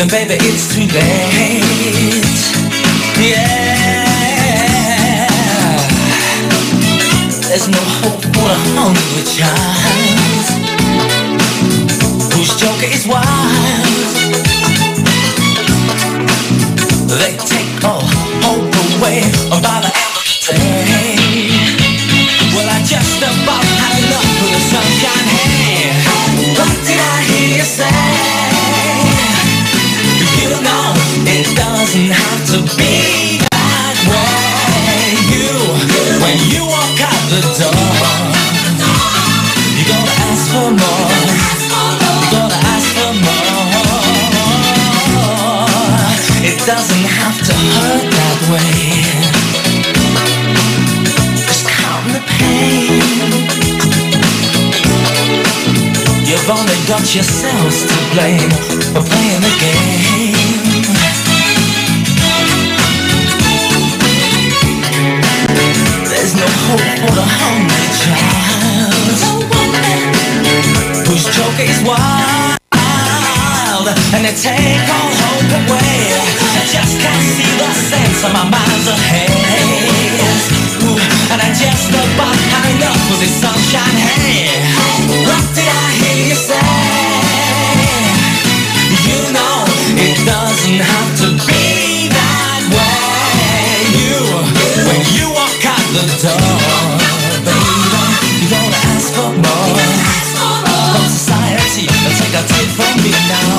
and baby it's too late. Yeah, there's no hope for a hungry child whose joker is wild. They take all hope away by the end of the day. Well, I just about had enough of the sunshine. Hey, what did I hear you say? You know it doesn't have to be that way. When you walk out the door, you're gonna ask for more. You're gonna ask for more. It doesn't have to hurt that way. Just count the pain. You've only got yourselves to blame for playing the game. There's no hope for the hungry child whose joke is wild, and they take all hope away. I just can't see the sense of my mind's ahead. Ooh, and I just about had enough of this sunshine. Hey, what did I hear you say? You know it doesn't have to be that way. When you walk out the door, baby, you gonna ask for more from society. Take a tip from me now.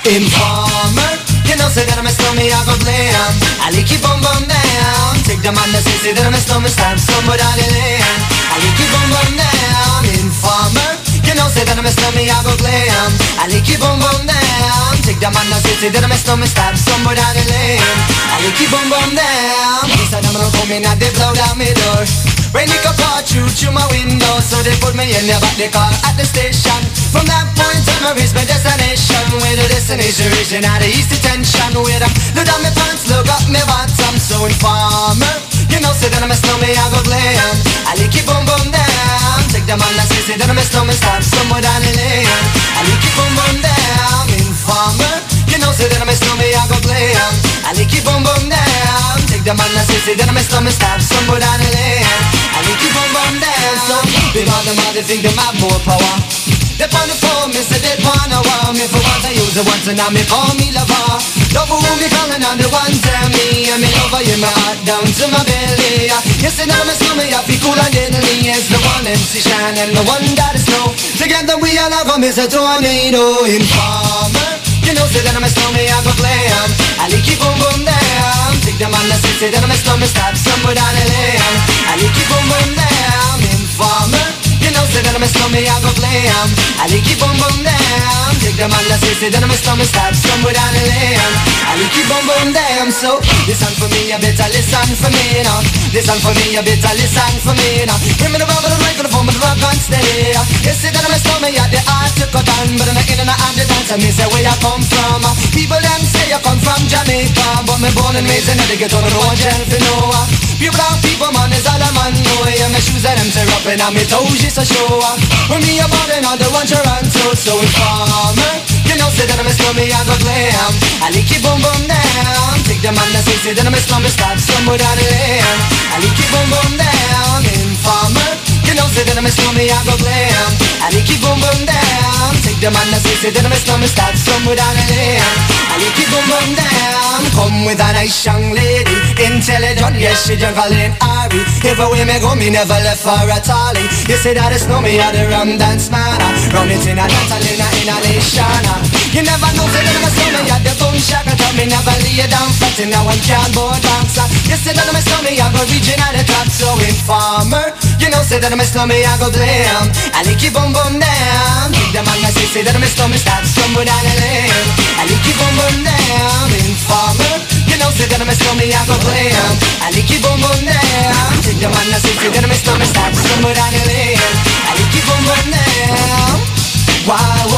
Informer, you know say that I'm a slummy, I go blam. I like keep on down. Take the man that say that I'm a slummy, stab somebody down the lane. I like keep on down. Informer, you know say that I'm a slummy, I go blam. I like keep on down. Take the man that say that I'm a slummy, stab somebody down the lane. I like keep on down. These are them who come in and they blow down my door. Rain it could pour through my window, so they put me in the back, they call at the station. From that point on I reach my destination, where the destination region out of east detention. Where I look down my pants, look up my bottom, so informer. You know say that I'm a snowman, I go glam. I like it boom boom down. Take the man that say that I'm a snowman, stop somewhere down the lane. I like it boom boom down. Informer. You know say that I'm a snowman, I go glam. I like it boom boom down. Take the man that say that I'm a snowman, stop somewhere down the lane. I like it boom boom down. So big on them all, they think they have more power. They on the phone, me say they wanna wow me. For once I use the once and now me call me lover. Love who me calling on the one tell me. And me over in my heart down to my belly. You say now me slow me, I feel cool and deadly. It's the one MC Shine and the one that is snow. Together we all are gonna miss a tornado. Informer, you know say that I'm a snowman, I go glam. I like it boom boom down. Take the man that say that I'm a snowman, stop somewhere down the lane. I like it boom boom down. Informer. You know say that I'm a snowman, I go glam. I like it boom boom down. Take the man that say that I'm a snowman, stop somewhere down the lane. I like it boom boom down. So listen for me, you better listen for me now. Listen for me, you better listen for me now. Bring me the rubber, the microphone, the rock and steady. You say that I'm a snowman, yeah, the art to cut on. But I'm in and out of the dance, and me say where you come from. People them say you come from Jamaica, but me born and raised in the ghetto, the road, you know. Pure brown people, man, is all a man know. Yeah, my shoes are them tear up and my toes just a show. When me about and all the one Toronto, so informer. You know say that I'm a slummy, I go glam. I like it boom boom down. Take the man that say that I'm a slummy, stop somewhere down the lane. I like it boom boom down. Informer. You know say that I'm a slummy, I go glam. I like it boom boom down. Take the man that say that I'm a slummy, stop somewhere down the lane. I like it boom boom down. Come with a nice young lady, intelligent, yes she juggling Ari. If away me go, me never left for a tally. You say that it's no me at the rum dance man. Run it in a dance, in a nation. You never know say that I'm a slummy at the boom shaka. Tell me never lay down flat in a one cardboard box. You say that I'm a slummy, I go reaching at the top. So informer, you know say that I'm a slummy, I go blam. I like it boom boom down. Take the man that say that I'm a slummy, start somewhere down the lane. I like it boom boom down. Informer, you know say that I'm a slummy, I go blam. I like it boom boom down. Take the man that say that I'm a slummy, start somewhere down the lane. I like it boom boom down. Why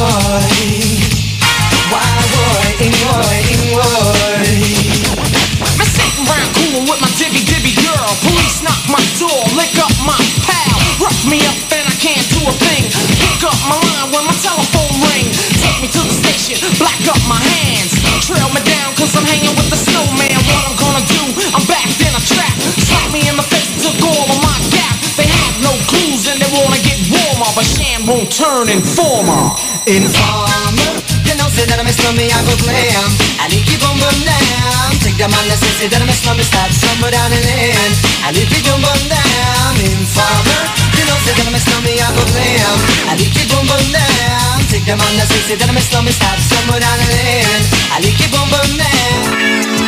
would? I'm sitting around coolin' with my dibby girl. Police knock my door, lick up my pal. Rough me up and I can't do a thing. Pick up my line when my telephone ring. Take me to the station, black up my hands. Trail me down cause I'm hanging with the snowman. What I'm gonna do, I'm backed in a trap. Slap me in the face, took all of my gap. They have no clues and they wanna get warmer, but Shan won't turn informer. Informer, you know say that I'm a slummy, I go glam. I like it boom boom down. Take the man that say that I'm a slummy, stop somewhere down the lane. I like it boom boom down. Informer, you know say that I'm a slummy, I go glam. I like it boom boom down. Take the man that say that I'm a slummy, stop somewhere down the lane. I like it boom boom down.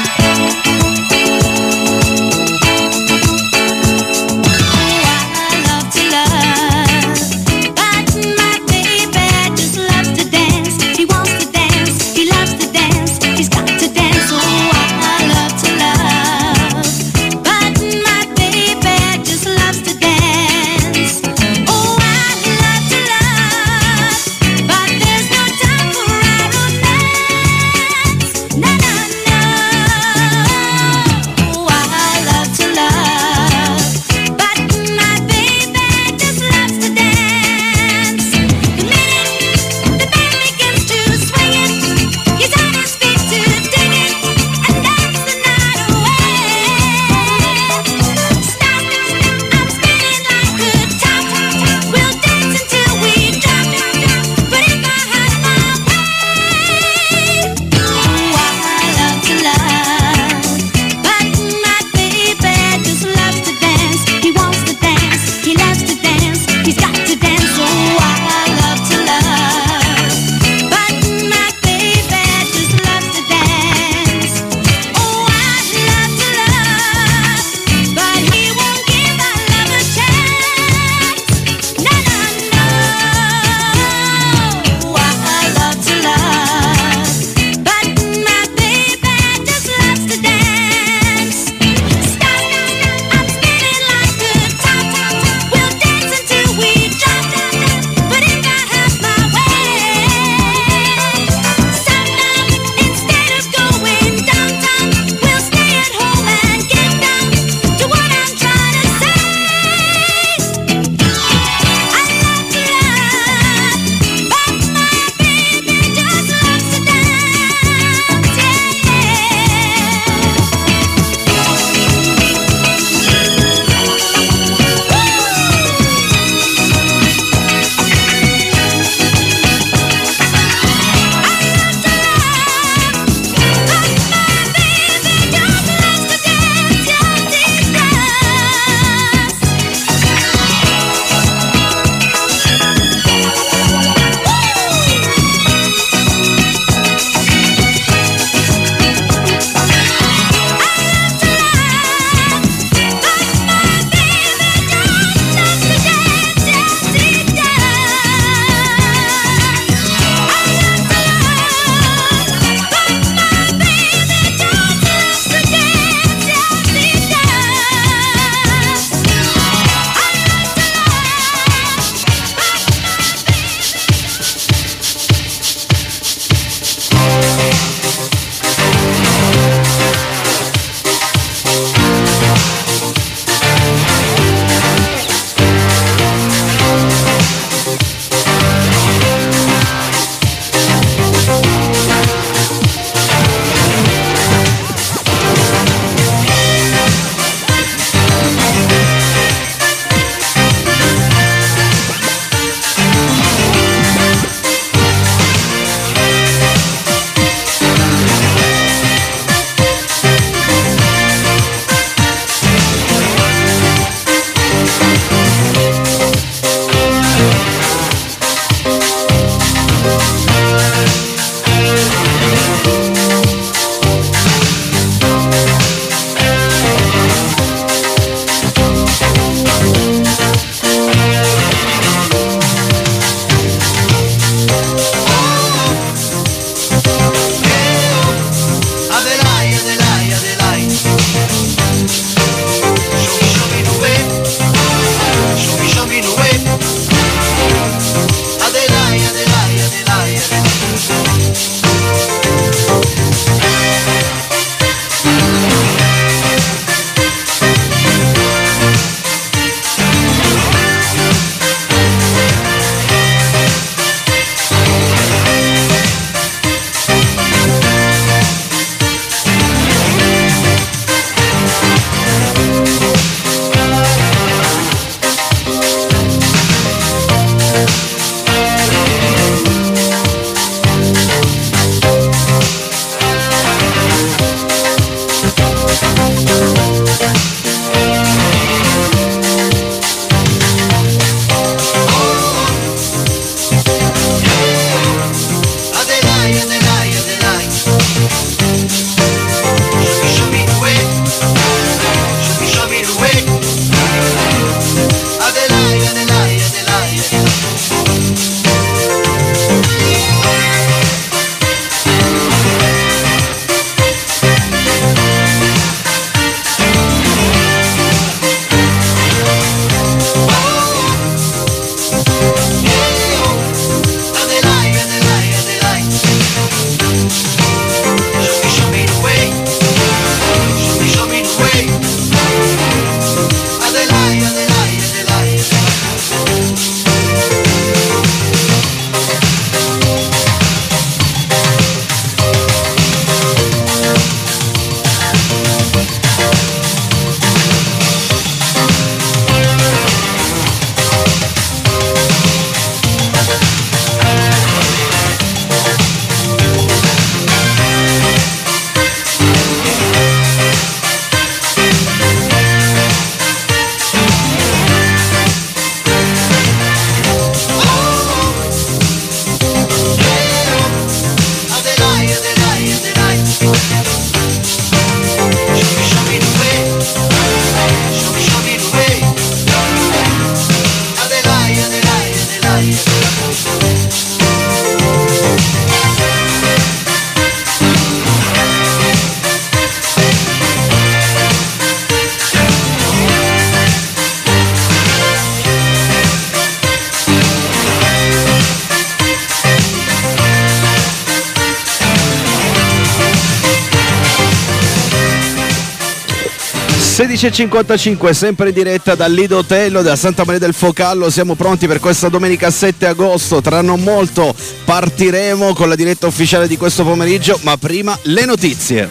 (16:55), sempre in diretta dal Lido Hotel da Santa Maria del Focallo. Siamo pronti per questa domenica 7 agosto. Tra non molto partiremo con la diretta ufficiale di questo pomeriggio, ma prima le notizie.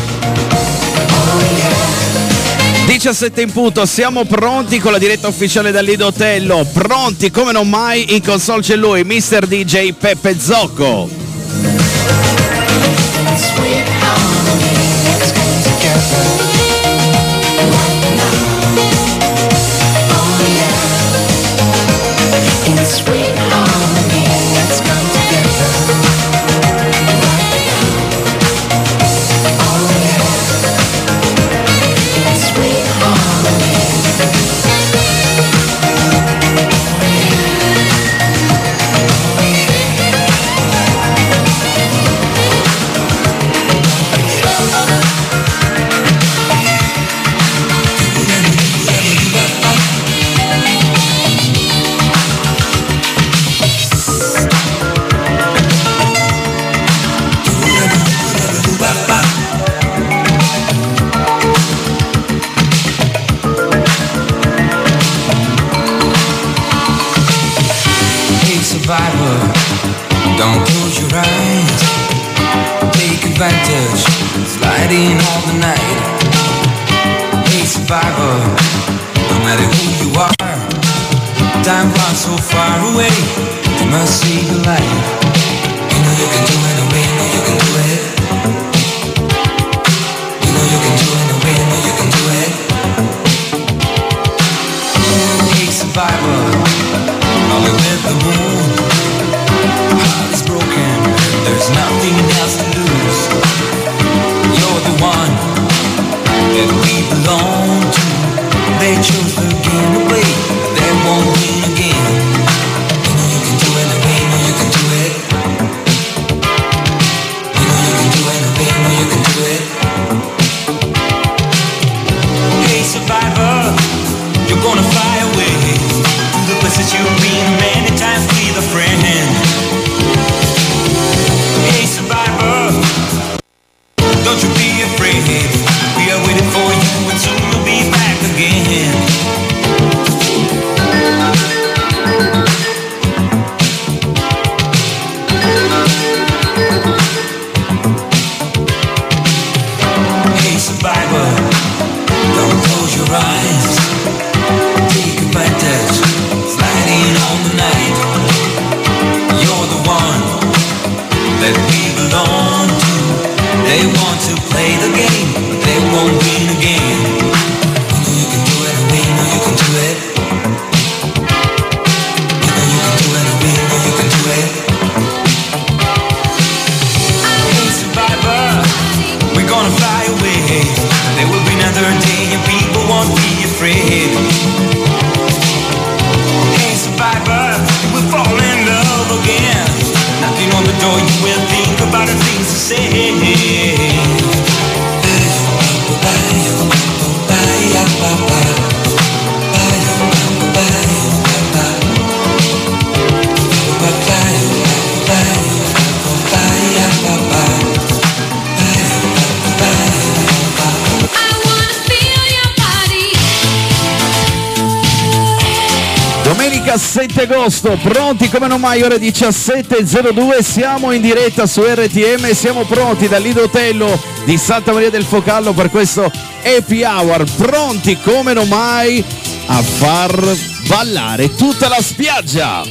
17 in punto, siamo pronti con la diretta ufficiale dal Lido Hotel. Pronti come non mai, in console c'è lui, Mr. DJ Peppe Zocco. Sweet harmony, let's come together right now. Oh yeah. In sweet harmony. Don't close your eyes. Take advantage. Sliding all the night. Hey survivor, no matter who you are, time runs so far away. You must see the light. You know you can do it, you know you can do it. You know you can do it, you know you can do it. Hey survivor, only with the moon. Heart is broken, there's nothing else to lose. You're the one that we belong to. They chose the game to play, they won't win again. You know you can do it, you know you can do it. You know you can do it, you know you can do it. Hey survivor, you're gonna fly away to the places you've been many times with a friend. Hey survivor, don't you be afraid. We are waiting for you and soon you'll be back again. Hey survivor, don't close your eyes. Take advantage, sliding on the night. You're the one that we belong to. They want to play the game, they won't win again. You know you can do it, we know you can do it. You know you can do it, we know you can do it. Hey survivor, we're gonna fly away. There will be another day and people won't be afraid. Hey survivor, we'll fall in love again. Knocking on the door, you will think about the things to say. Domenica 7 agosto, pronti come non mai, ore 17:02, siamo in diretta su RTM, siamo pronti dal Lido Hotel di Santa Maria del Focallo per questo happy hour, pronti come non mai a far ballare tutta la spiaggia.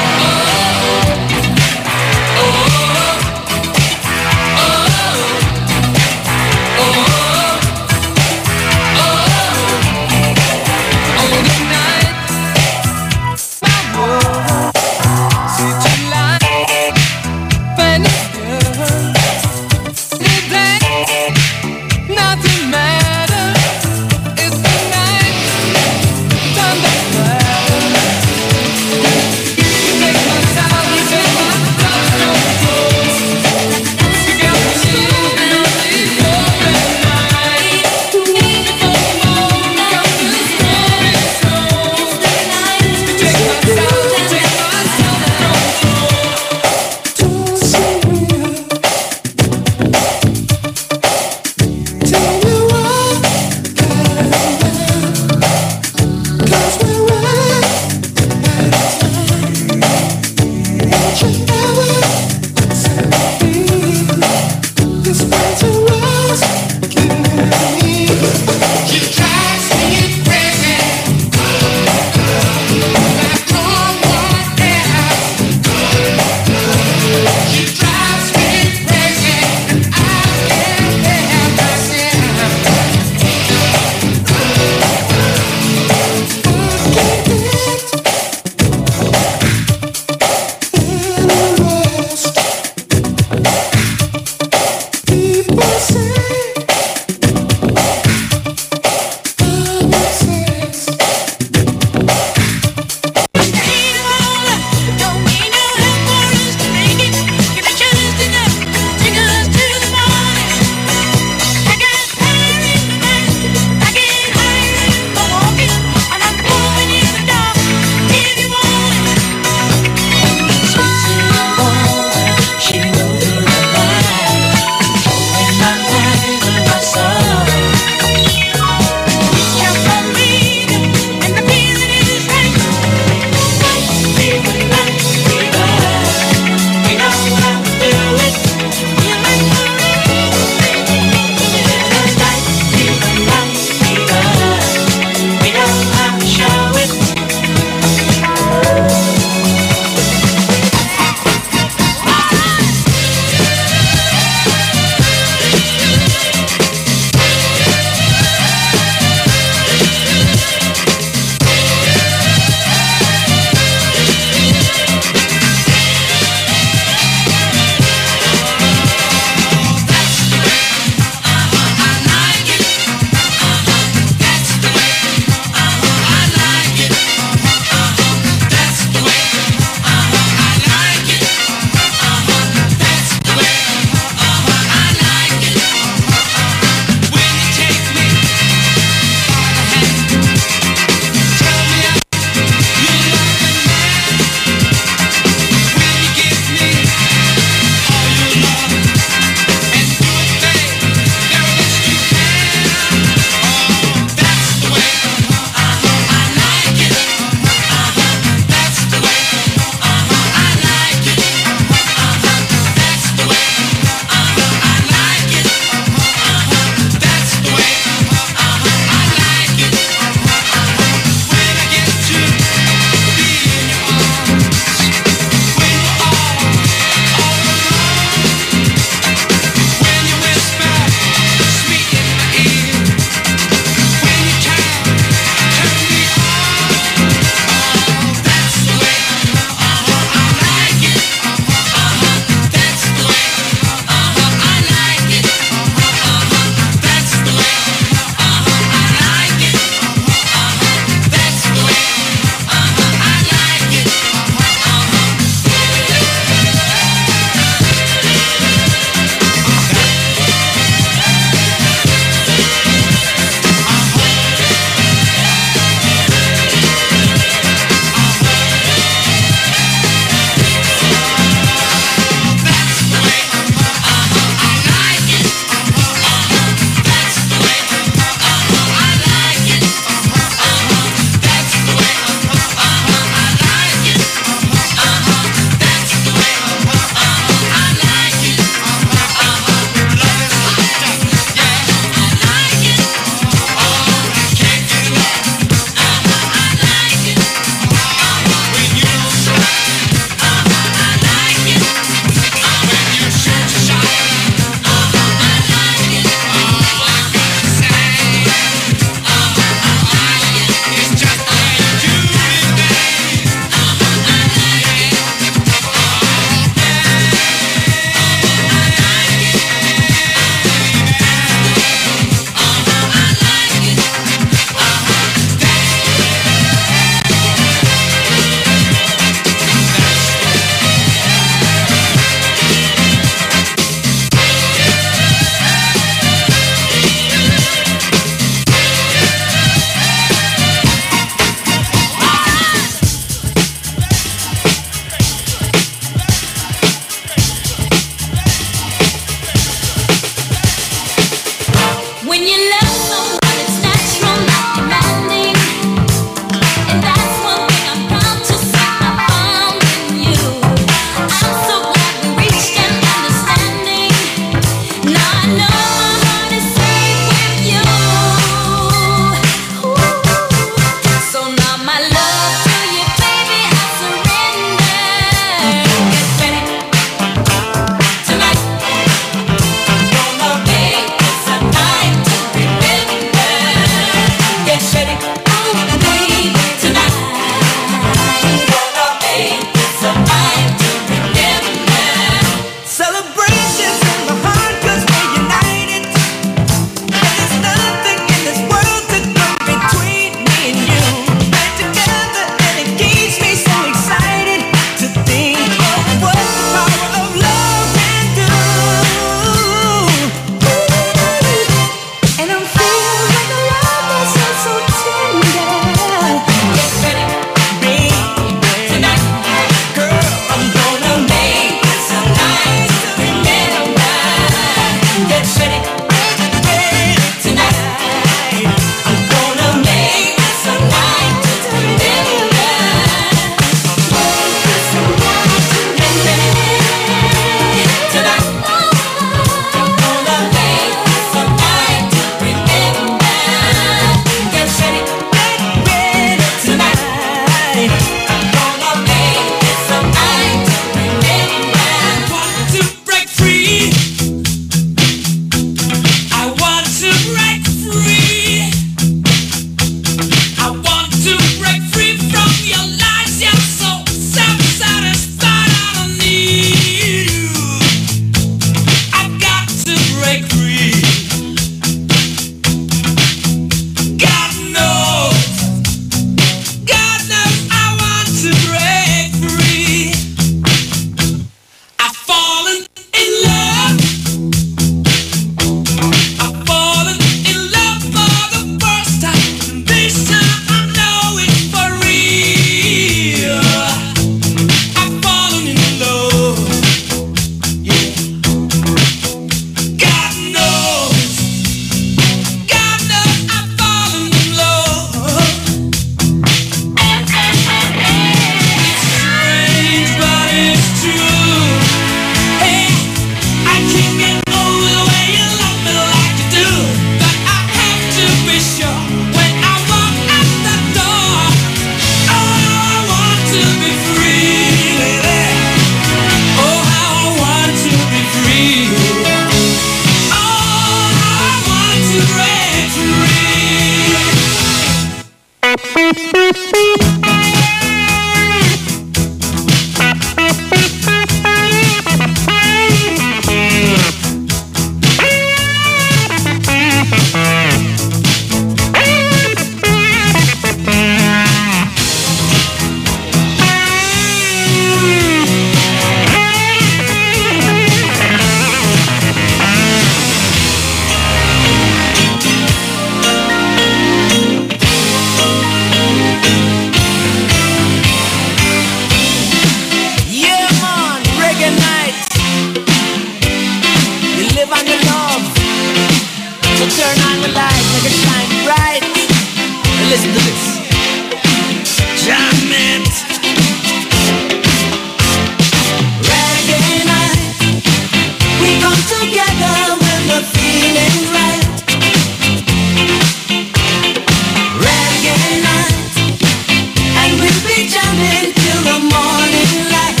jamming till the morning light.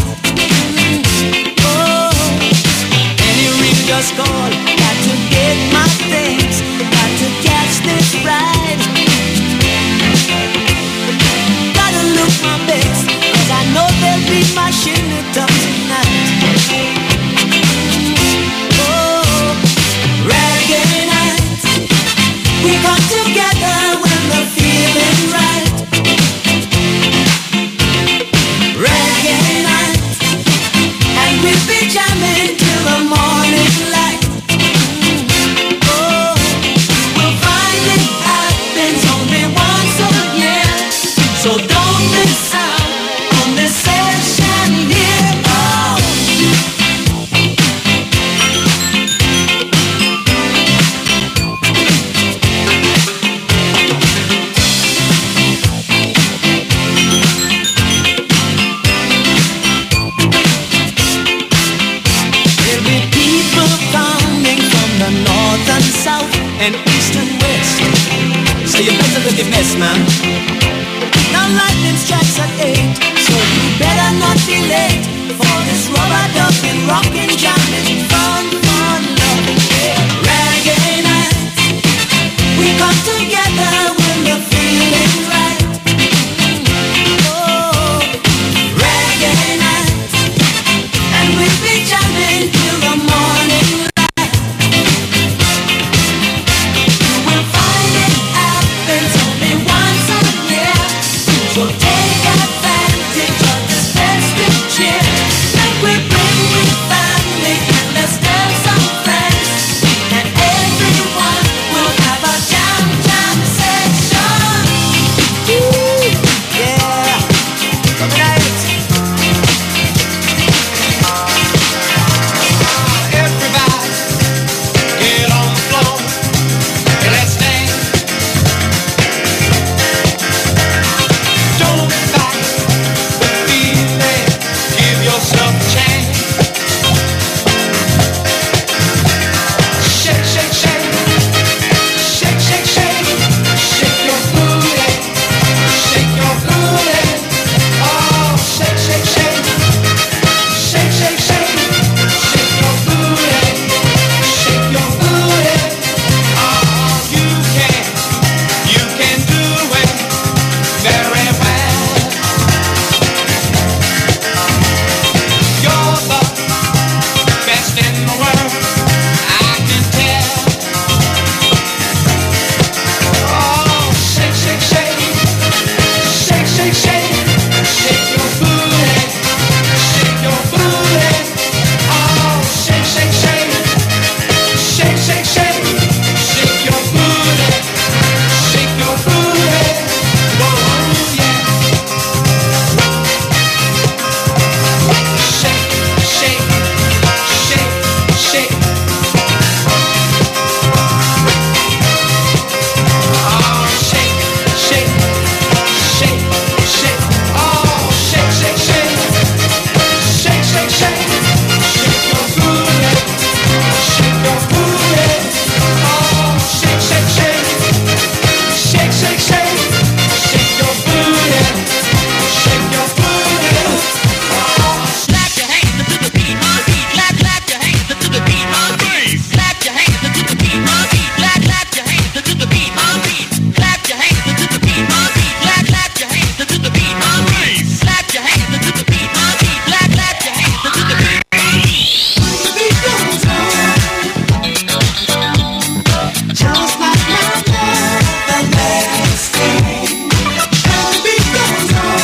Oh, any ring just call. Got to get my things. Got to catch this ride. Gotta look my best, 'cause I know they'll be mashing it up tonight. Oh, reggae nights, we come together when the feeling's right. Reggae nights, and we'll be jamming till the morning light. Oh, we'll find it happens only once a year, so don't miss out on this session here. Oh. There'll be people coming from the north and south and east and west, so you better look your best, man. Now lightning strikes at 8, so you better not be late for this rubber-ducking, rockin', jamming, fun, loving, yeah. Reggae nights, we come together when the feeling's right. Oh, reggae nights, and we'll be jamming till the morning light. You will find it happens only once a year, so take advantage of this festive cheer. Like we bring with family and let's tell some friends, and everyone will have a jam session. Woo, yeah, coming out. Everybody, get on the floor and let's dance. Don't fight the feeling, give yourself a chance. Shake, shake, shake, shake, shake, shake, shake your booty, shake your booty. Oh, shake, shake, shake, shake, shake, shake, shake your booty, shake your booty. Oh, you can do it very well. You're the best in the world, I can tell. Oh, shake, shake, shake, shake, shake, shake, shake your booty, shake your booty. Oh, shake, shake, shake, shake, shake, shake, shake your booty, shake your booty. Whoa, yeah. Shake, shake, shake, shake. Oh, shake, shake, shake, shake. Oh, shake, shake, shake, shake, shake, shake. Shake your booty, shake your booty. Oh, shake, shake, shake, shake, shake, shake, shake your booty, shake your booty. Clap your hands to the beat, my beat. Clap your hands to the beat, my beat. Clap your hands to the beat, my beat. Clap your hands to the beat, my beat. Clap your hands to the beat, my beat. Clap your hands to the beat, my beat. Clap your hands to the beat, my beat. Clap your hands to the beat. The beat goes on, just like my everlasting. The beat goes on.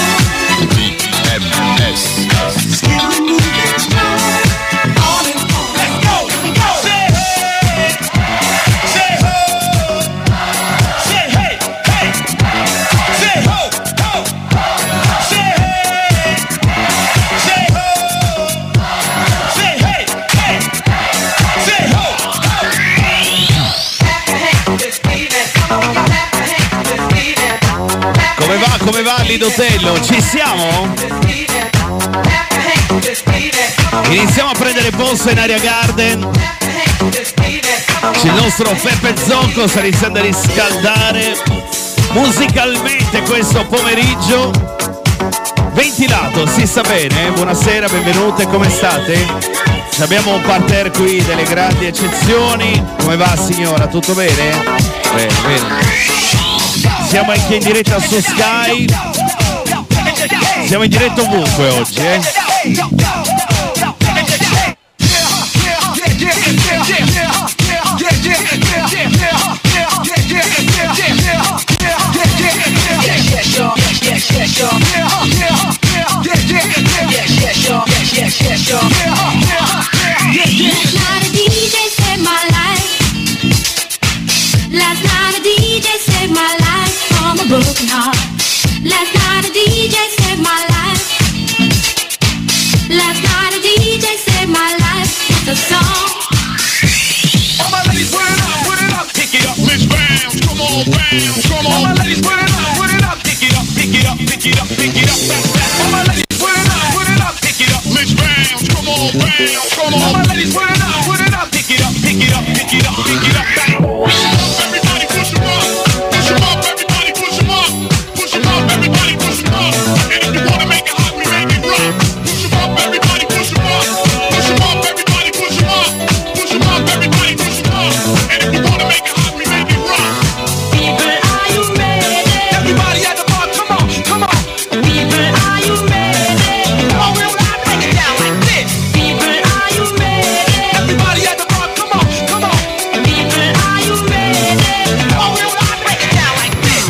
Still moving strong. On and on. Let's go. Say hey. Say ho. Say hey. Hey. Say ho. Ho. Say hey. Say ho. Say hey. Hey. Say ho. Come va Lido Tello? Ci siamo? Iniziamo a prendere posto in Aria Garden. Il nostro Peppe Zocco sta iniziando a riscaldare musicalmente questo pomeriggio. ventilato, si sta bene? Buonasera, benvenute, come state? Abbiamo un parterre qui delle grandi eccezioni. Come va signora? Tutto bene? Bene, bene. Siamo anche in diretta su Sky. Siamo in diretta ovunque oggi, Last night a DJ saved my life. Last night a DJ saved my life from a broken heart. Last night a DJ saved my life. Last night a DJ saved my life. It's a song. All my ladies, put it up, pick it up, Miss Bounce. Come on, bounce, come on. All my ladies, put it up, pick it up, pick it up, pick it up, pick it up. All my ladies, put it up, pick it up, Miss Bounce. Come on, bounce, come on. All my ladies, put it up, pick it up, pick it up, pick it up, pick it up. Everybody push 'em up, push 'em up, everybody push 'em up, push 'em up, everybody push 'em up. And if you wanna make it hot, we make it rock. Push 'em up, everybody push 'em up, push 'em up, everybody push 'em up, push 'em up, everybody push 'em up. And if you wanna make it hot, we make it rock. People, are you ready? Everybody at the bar, come on, come on. People, are you ready? Come on, we'll not break it down like this. People, are you ready? Everybody at the bar, come on, come on. People, are you ready? Come on, we'll not break it down like this.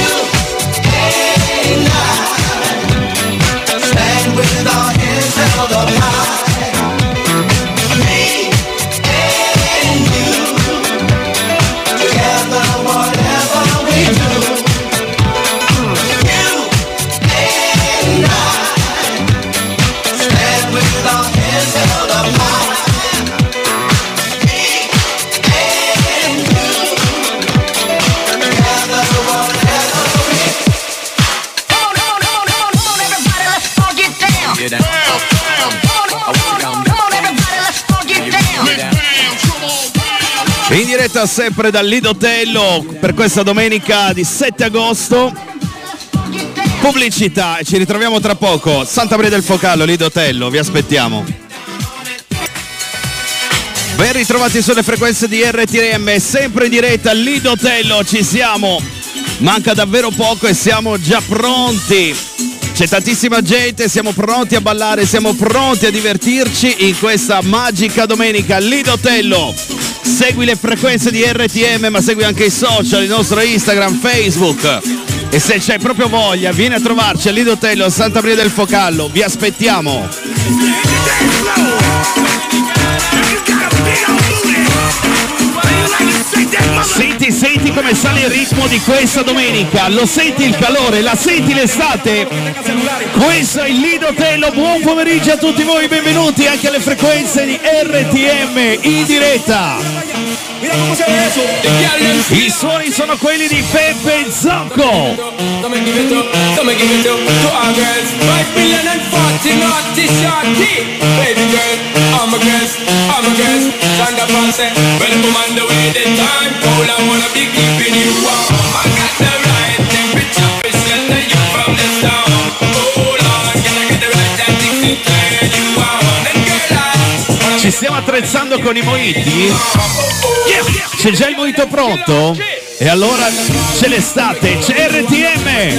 Stand with our hands held up high. Me and you, together whatever we do. You and I, stand with our hands held up high. Me and you, together whatever we do. Come on, everybody, let's all get down. Get down. Come on, everybody, let's all get down. In diretta sempre dal Lidotello per questa domenica di 7 agosto. Pubblicità e ci ritroviamo tra poco. Santa Maria del Focallo, Lidotello, vi aspettiamo. Ben ritrovati sulle frequenze di RTM, sempre in diretta al Lidotello, ci siamo. Manca davvero poco e siamo già pronti. C'è tantissima gente, siamo pronti a ballare, siamo pronti a divertirci in questa magica domenica. Lidotello, segui le frequenze di RTM, ma segui anche i social, il nostro Instagram, Facebook. E se c'hai proprio voglia, vieni a trovarci a Lidotello, Santa Maria del Focallo. Vi aspettiamo. Senti come sale il ritmo di questa domenica, lo senti il calore, la senti l'estate? Questo è il Lidotello, buon pomeriggio a tutti voi, benvenuti anche alle frequenze di RTM in diretta. I suoni sono quelli di Peppe Zocco. Ci stiamo attrezzando con i mojiti? C'è già il mojito pronto? E allora c'è l'estate, c'è RTM!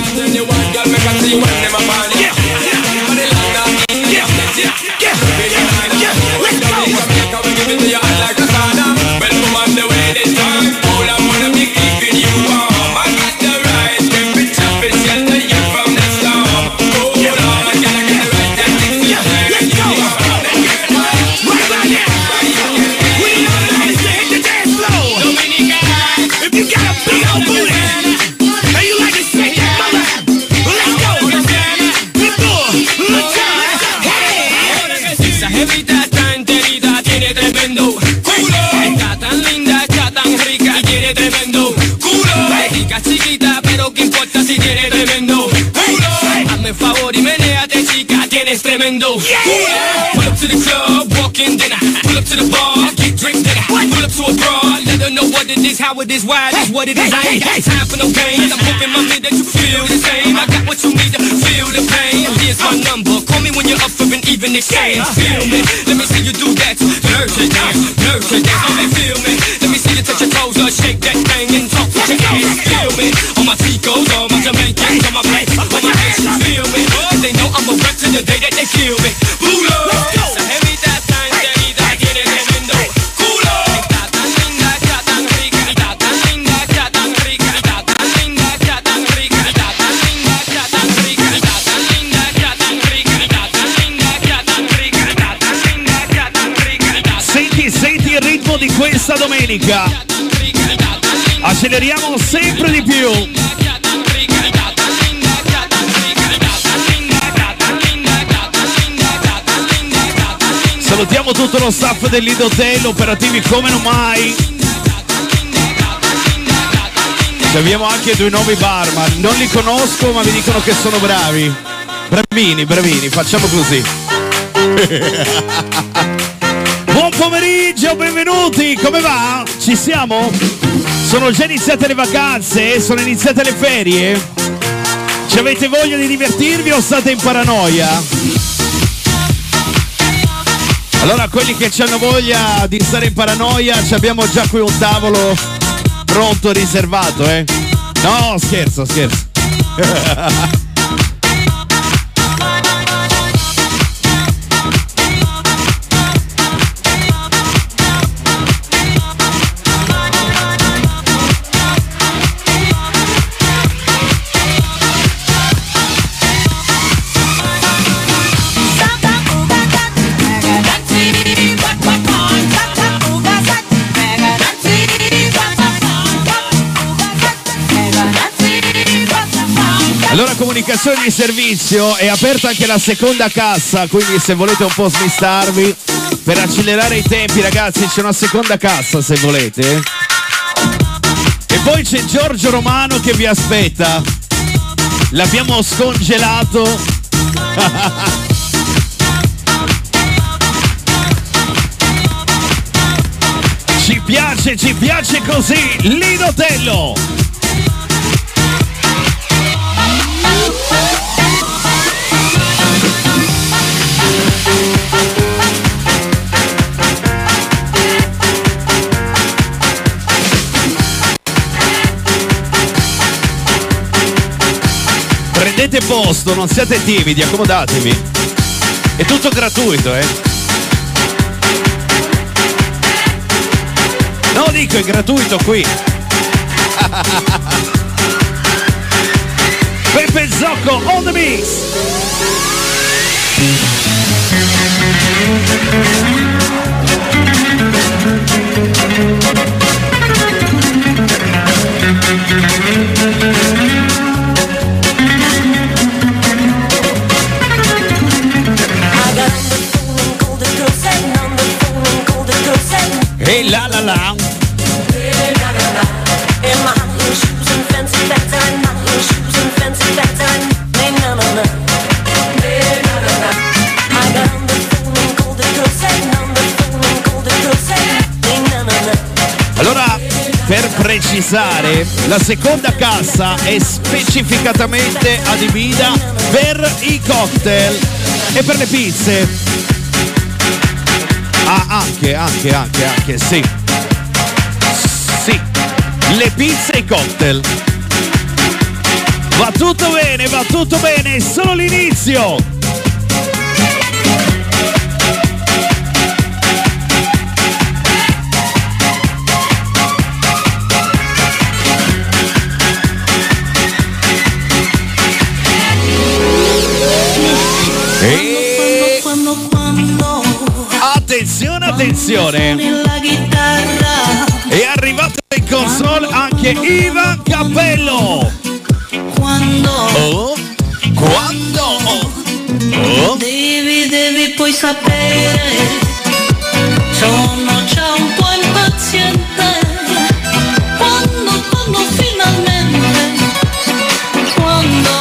Tremendo. Pull up to the club, walk in dinner. Pull up to the bar, get drink dinner. Pull up to a broad, let her know what it is, how it is, why it is, what it is. I ain't got time for no games. I'm hoping, mommy, that you feel the same. I got what you need to feel the pain. Here's my number. even extend. Feel me? Let me see you do that. Nurture dance, nurture dance. Oh, feel me? Let me see you touch your toes or shake that thing and talk with your ass. Feel me? All my Ticos, all my Jamaicans, all my blacks, all my Haitians. Feel me? They know I'm a wreck to the day that they kill me. Bulo. Let's go. So heavy that time, steady that get in the window. Culo. Está tan linda, está tan rica, está tan linda, está tan rica, está tan linda, está tan rica, está tan linda, está tan rica, está tan linda, está tan rica, está tan linda, está tan rica, está tan linda, está tan rica. Senti il ritmo di questa domenica. Acceleriamo sempre di più. Salutiamo tutto lo staff del Lido Hotel, operativi come non mai. Ci abbiamo anche due nuovi barman, non li conosco ma mi dicono che sono bravi. Bravini, bravini, facciamo così. Buon pomeriggio, benvenuti, come va? Ci siamo? Sono già iniziate le vacanze? Sono iniziate le ferie? Ci avete voglia di divertirvi o state in paranoia? Allora, quelli che hanno voglia di stare in paranoia, ci abbiamo già qui un tavolo pronto, riservato, eh? No, scherzo. Allora, comunicazione di servizio, è aperta anche la seconda cassa, quindi se volete un po' smistarvi per accelerare i tempi, ragazzi, c'è una seconda cassa se volete. E poi c'è Giorgio Romano che vi aspetta. L'abbiamo scongelato. Ci piace così, Lido Tello. Prendete posto, non siate timidi, accomodatevi. È tutto gratuito, eh? No, dico, è gratuito qui. Pepe Zocco on the mix. E la la la. Allora, per precisare, la seconda cassa è specificatamente adibita per i cocktail e per le pizze. Ah, anche, sì. Sì, le pizze e i cocktail. Va tutto bene, è solo l'inizio. Attenzione, è arrivato in console anche Ivan Cappello. Quando devi poi sapere, sono già un po' impaziente. Quando finalmente, quando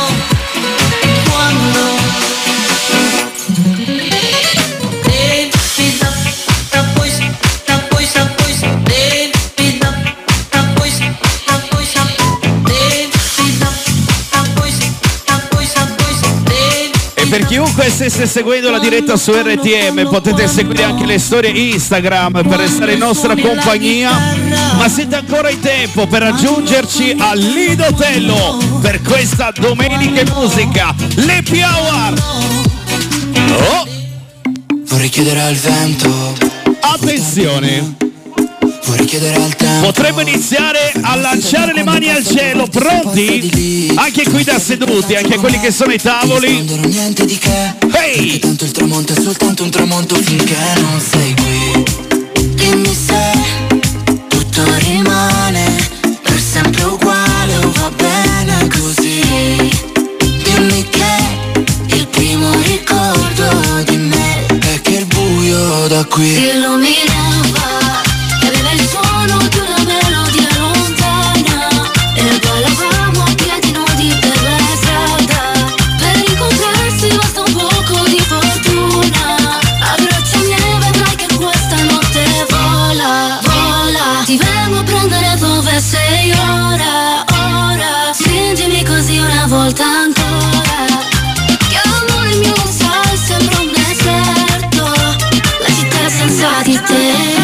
per chiunque stesse seguendo la diretta su RTM, potete seguire anche le storie Instagram per restare in nostra compagnia, ma siete ancora in tempo per raggiungerci al Lido Tello per questa Domenica in Musica, l'Happy Hour. Oh! Vorrei chiedere al vento, Attenzione, vorrei chiedere al tempo. potremmo iniziare a lanciare le mani al cielo, pronti? Anche qui da seduti, anche quelli che sono ai tavoli. Non niente di che, Ehi! tanto il tramonto è soltanto un tramonto finché non sei qui. Dimmi se tutto rimane per sempre uguale o va bene così. Dimmi che il primo ricordo di me è che il buio da qui Si illuminava e aveva il suono di una melodia lontana e ballavamo a piedi nudi per la strada. Per incontrarsi basta un poco di fortuna. Abbraccia miei, vedrai che questa notte vola, vola. Ti vengo a prendere dove sei ora, ora. Spingimi così una volta ancora. Che amore mio sai, sembra un deserto. La città senza di te.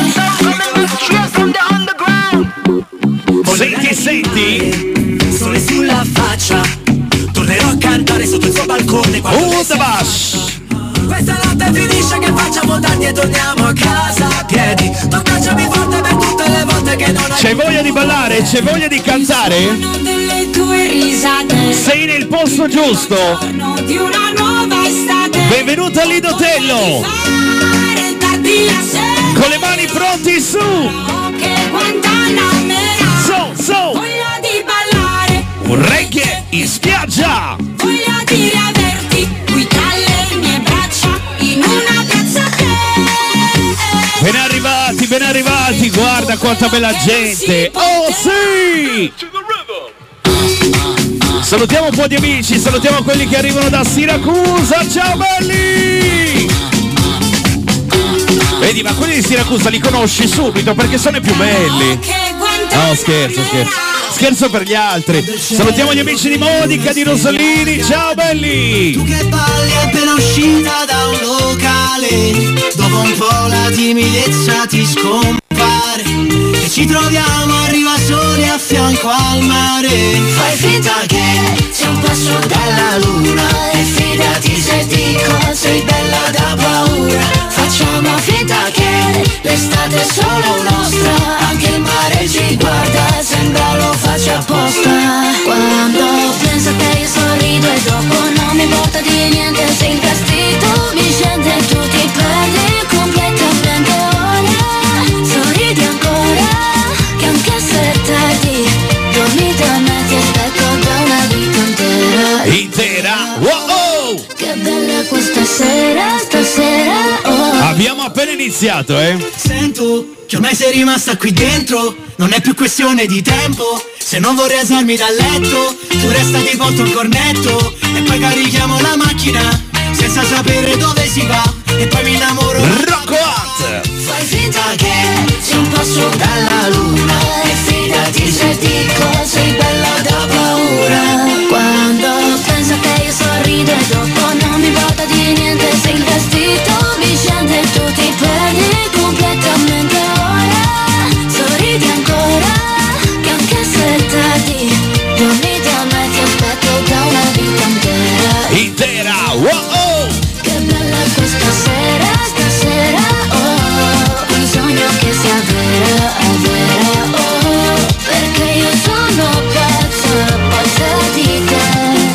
Senti, sole sulla faccia, tornerò a cantare sotto il suo balcone quando the bash. questa notte finisce che facciamo tardi e torniamo a casa a piedi. Tu cacciami forte per tutte le volte che non hai. C'è voglia di ballare? C'è voglia di cantare? Delle tue risate, Sei nel posto giusto. di una nuova estate. Benvenuto al Lido Tello. Fare tardi la sera, Con le mani pronti su. che Guantanamera. So. Voglia di ballare, Un reggae in spiaggia. voglia di riaverti qui tra le mie braccia in una piazza che Ben arrivati, guarda quanta bella gente. Oh sì! Salutiamo un po' di amici, salutiamo quelli che arrivano da Siracusa. Ciao belli! Vedi, ma quelli di Siracusa li conosci subito perché sono i più belli. No, scherzo per gli altri. Salutiamo gli amici di Modica, di Rosolini. Ciao belli! Tu che balli appena uscita da un locale, dopo un po' la timidezza ti scompare e ci troviamo arriva soli a fianco al mare. Fai finta che sia un passo dalla luna e fidati se dico sei bella da paura. Facciamo finta che l'estate è solo nostra, anche il mare ci guarda, sembra lo faccia apposta. Quando penso a te io sorrido e dopo non mi importa di niente. Se il vestito mi scende e tu ti perdi completamente ora. Sorridi ancora, che anche se è tardi, dormi da me, ti aspetto da una vita intera. Wow! Che bella questa sera, stasera, oh. Abbiamo appena iniziato, Sento che ormai sei rimasta qui dentro, non è più questione di tempo. Se non vorrei alzarmi dal letto, tu resta ti porto un cornetto e poi carichiamo la macchina senza sapere dove si va e poi mi innamoro. Rocco Hunt! Fai finta che sia un passo dalla luna e fidati se dico sei bella da paura. Quando penso a te io sorrido e dopo non mi importa di niente. Se il vestito mi scende e tu ti perdi completamente ora. Sorridi ancora, che anche se è tardi, dormi da me, ti aspetto da una vita intera. Wow! Che bella questa sera, stasera, oh. Un sogno che sia vera, oh. Perché io sono pazza di te.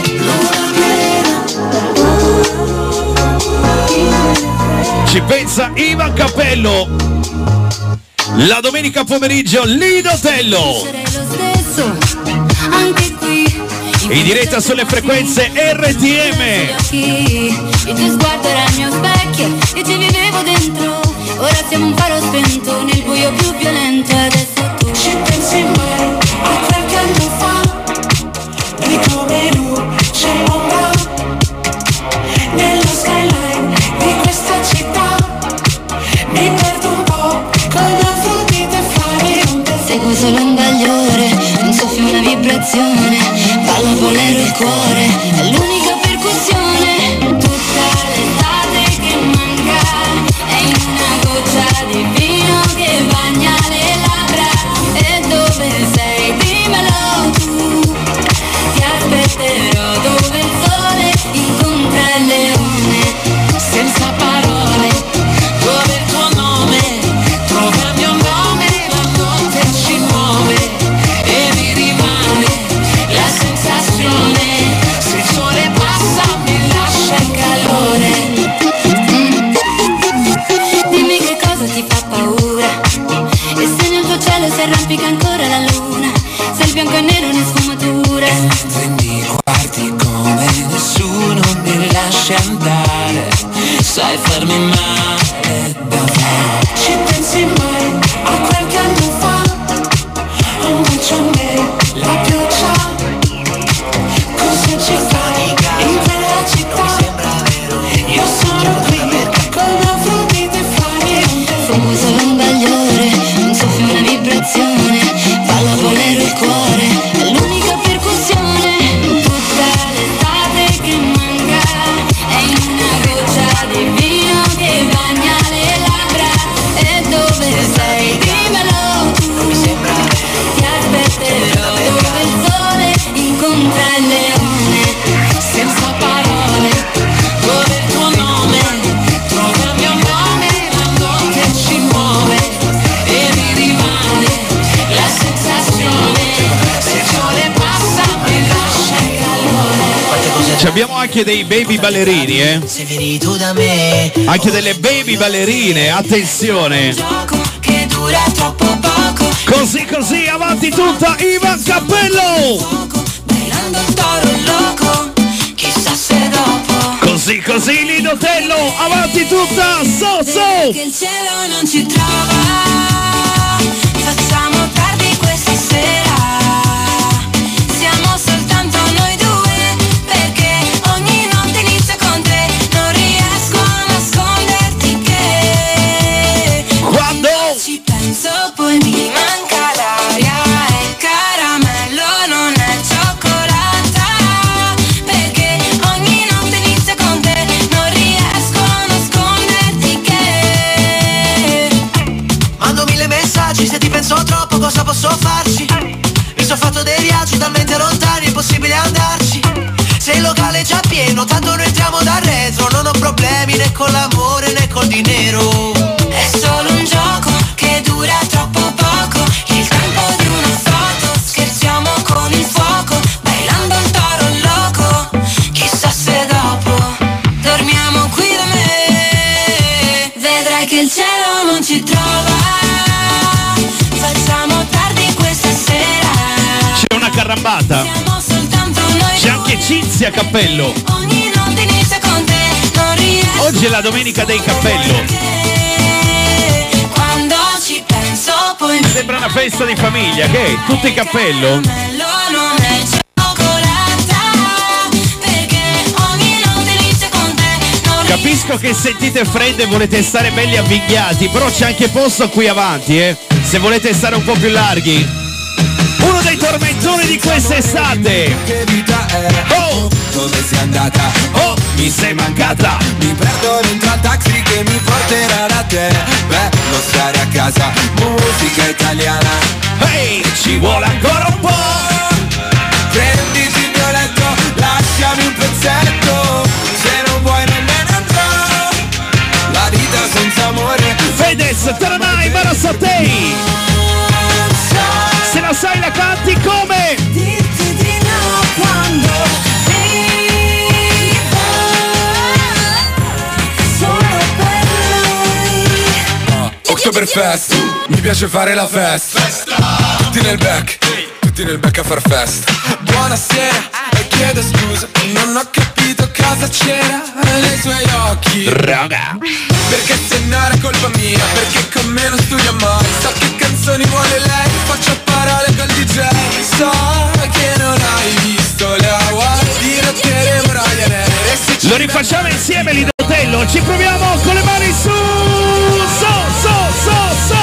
Ci pensa Ivan Cappello. La domenica pomeriggio Lido Tello. Sarei lo stesso, anche qui. In diretta sulle frequenze RTM. Il tuo sguardo era il mio specchio, io ci vivevo dentro. Ora siamo un faro spento nel buio più violento. Adesso tu Ci pensi mai a qualche anno fa, di come lui c'è ombra nello skyline di questa città. Mi perdo un po' con la fluidità e fare un seguo solo un bagliore, un soffio, una vibrazione. Balla bolero il cuore, è l'unica percussione. Tutto lasci andare, sai farmi male davvero. Ci pensi mai a qualche anno fa, a un bacio a me, la pioggia, cosa ci fai in quella città? Io sono qui, come affrontite fai. Fuso un bagliore, un soffio, una vibrazione, palla bolero il cuore, è l'unica percussione. Tutta l'estate che manca è in una goccia di vino che bagna le labbra. E dove sei? Dimmelo tu, non mi sembra vero. Ti aspetterò dove il sole incontra il leone. Senza parole, dove il tuo nome trova il mio nome, la notte ci muove e mi rimane la sensazione. Se il sole passa mi lascia il calore. Ci abbiamo anche dei baby ballerini, eh? Sei venuto da me, Anche delle baby ballerine, attenzione! Gioco che dura troppo poco, Così così, avanti tutta, Ivan Cappello! bailando il toro loco, chissà se dopo Così così, Lido Tello, avanti tutta, so! che il cielo non ci trova. Facciamo tardi questa sera, siamo soltanto noi due, perché ogni notte inizia con te. Non riesco a nasconderti che Quando? ci penso poi mi manca l'aria e il caramello non è cioccolata, perché ogni notte inizia con te. Non riesco a nasconderti che mando 1000 messaggi, se ti penso troppo cosa posso farci? Mi sono fatto dei viaggi talmente lontani, è possibile andarci. Se il locale è già pieno, tanto noi entriamo da retro. Non ho problemi né con l'amore né col dinero. è solo un gioco che dura troppo poco, il tempo di una foto, scherziamo con il fuoco, bailando il toro loco, chissà se dopo dormiamo qui da me. Vedrai che il cielo non ci trova, facciamo tardi questa sera, C'è una carambata, siamo soltanto noi c'è anche due, Cinzia Cappello. ogni notte inizia con te. Non riesco Oggi è la domenica dei Cappello. quando ci penso poi mi Sembra una festa di famiglia, che? Tutti i Cappello? caramello non è cioccolata, perché ogni notte inizia con te. Non Capisco che sentite freddo e volete stare belli avvinghiati, però c'è anche posto qui avanti, se volete stare un po' più larghi. Uno dei tormentoni di quest'estate. Che vita è? Oh, Dove sei andata? oh, mi sei mancata. Mi perdo dentro al taxi che mi porterà da te. Bello stare a casa, musica italiana. Ehi, ci vuole ancora un po'. Prenditi il mio letto, lasciami un pezzetto. Se non vuoi non me ne andrò. La vita senza amore. Fedez, Taranai, Marasatei. Se la sai la canti come? dirti di no quando vivo solo per noi. Oktoberfest, mi piace fare la festa. Tutti nel back a far festa. Buonasera e chiedo scusa, non ho capito cosa c'era nei suoi occhi. Raga. Perché se non era colpa mia, perché con me non studia mai. So che canzoni vuole lei, faccio a parole col DJ. So che non hai visto le Hawaii, dirotteremo Ryanair. E se ci Lo rifacciamo insieme, Lido Tello. Ci proviamo con le mani su. So.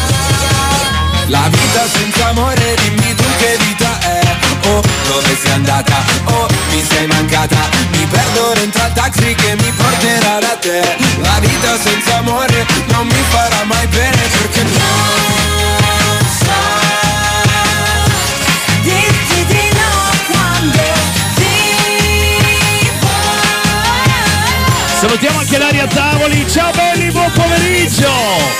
la vita senza amore, dimmi tu che vita è. Oh, dove sei andata? Oh, mi sei mancata. Mi perdo dentro al taxi che mi porterà da te. La vita senza amore non mi farà mai bene, perché Non so dirti di no quando vivo. Salutiamo anche Laria Tavoli. Ciao belli, buon pomeriggio.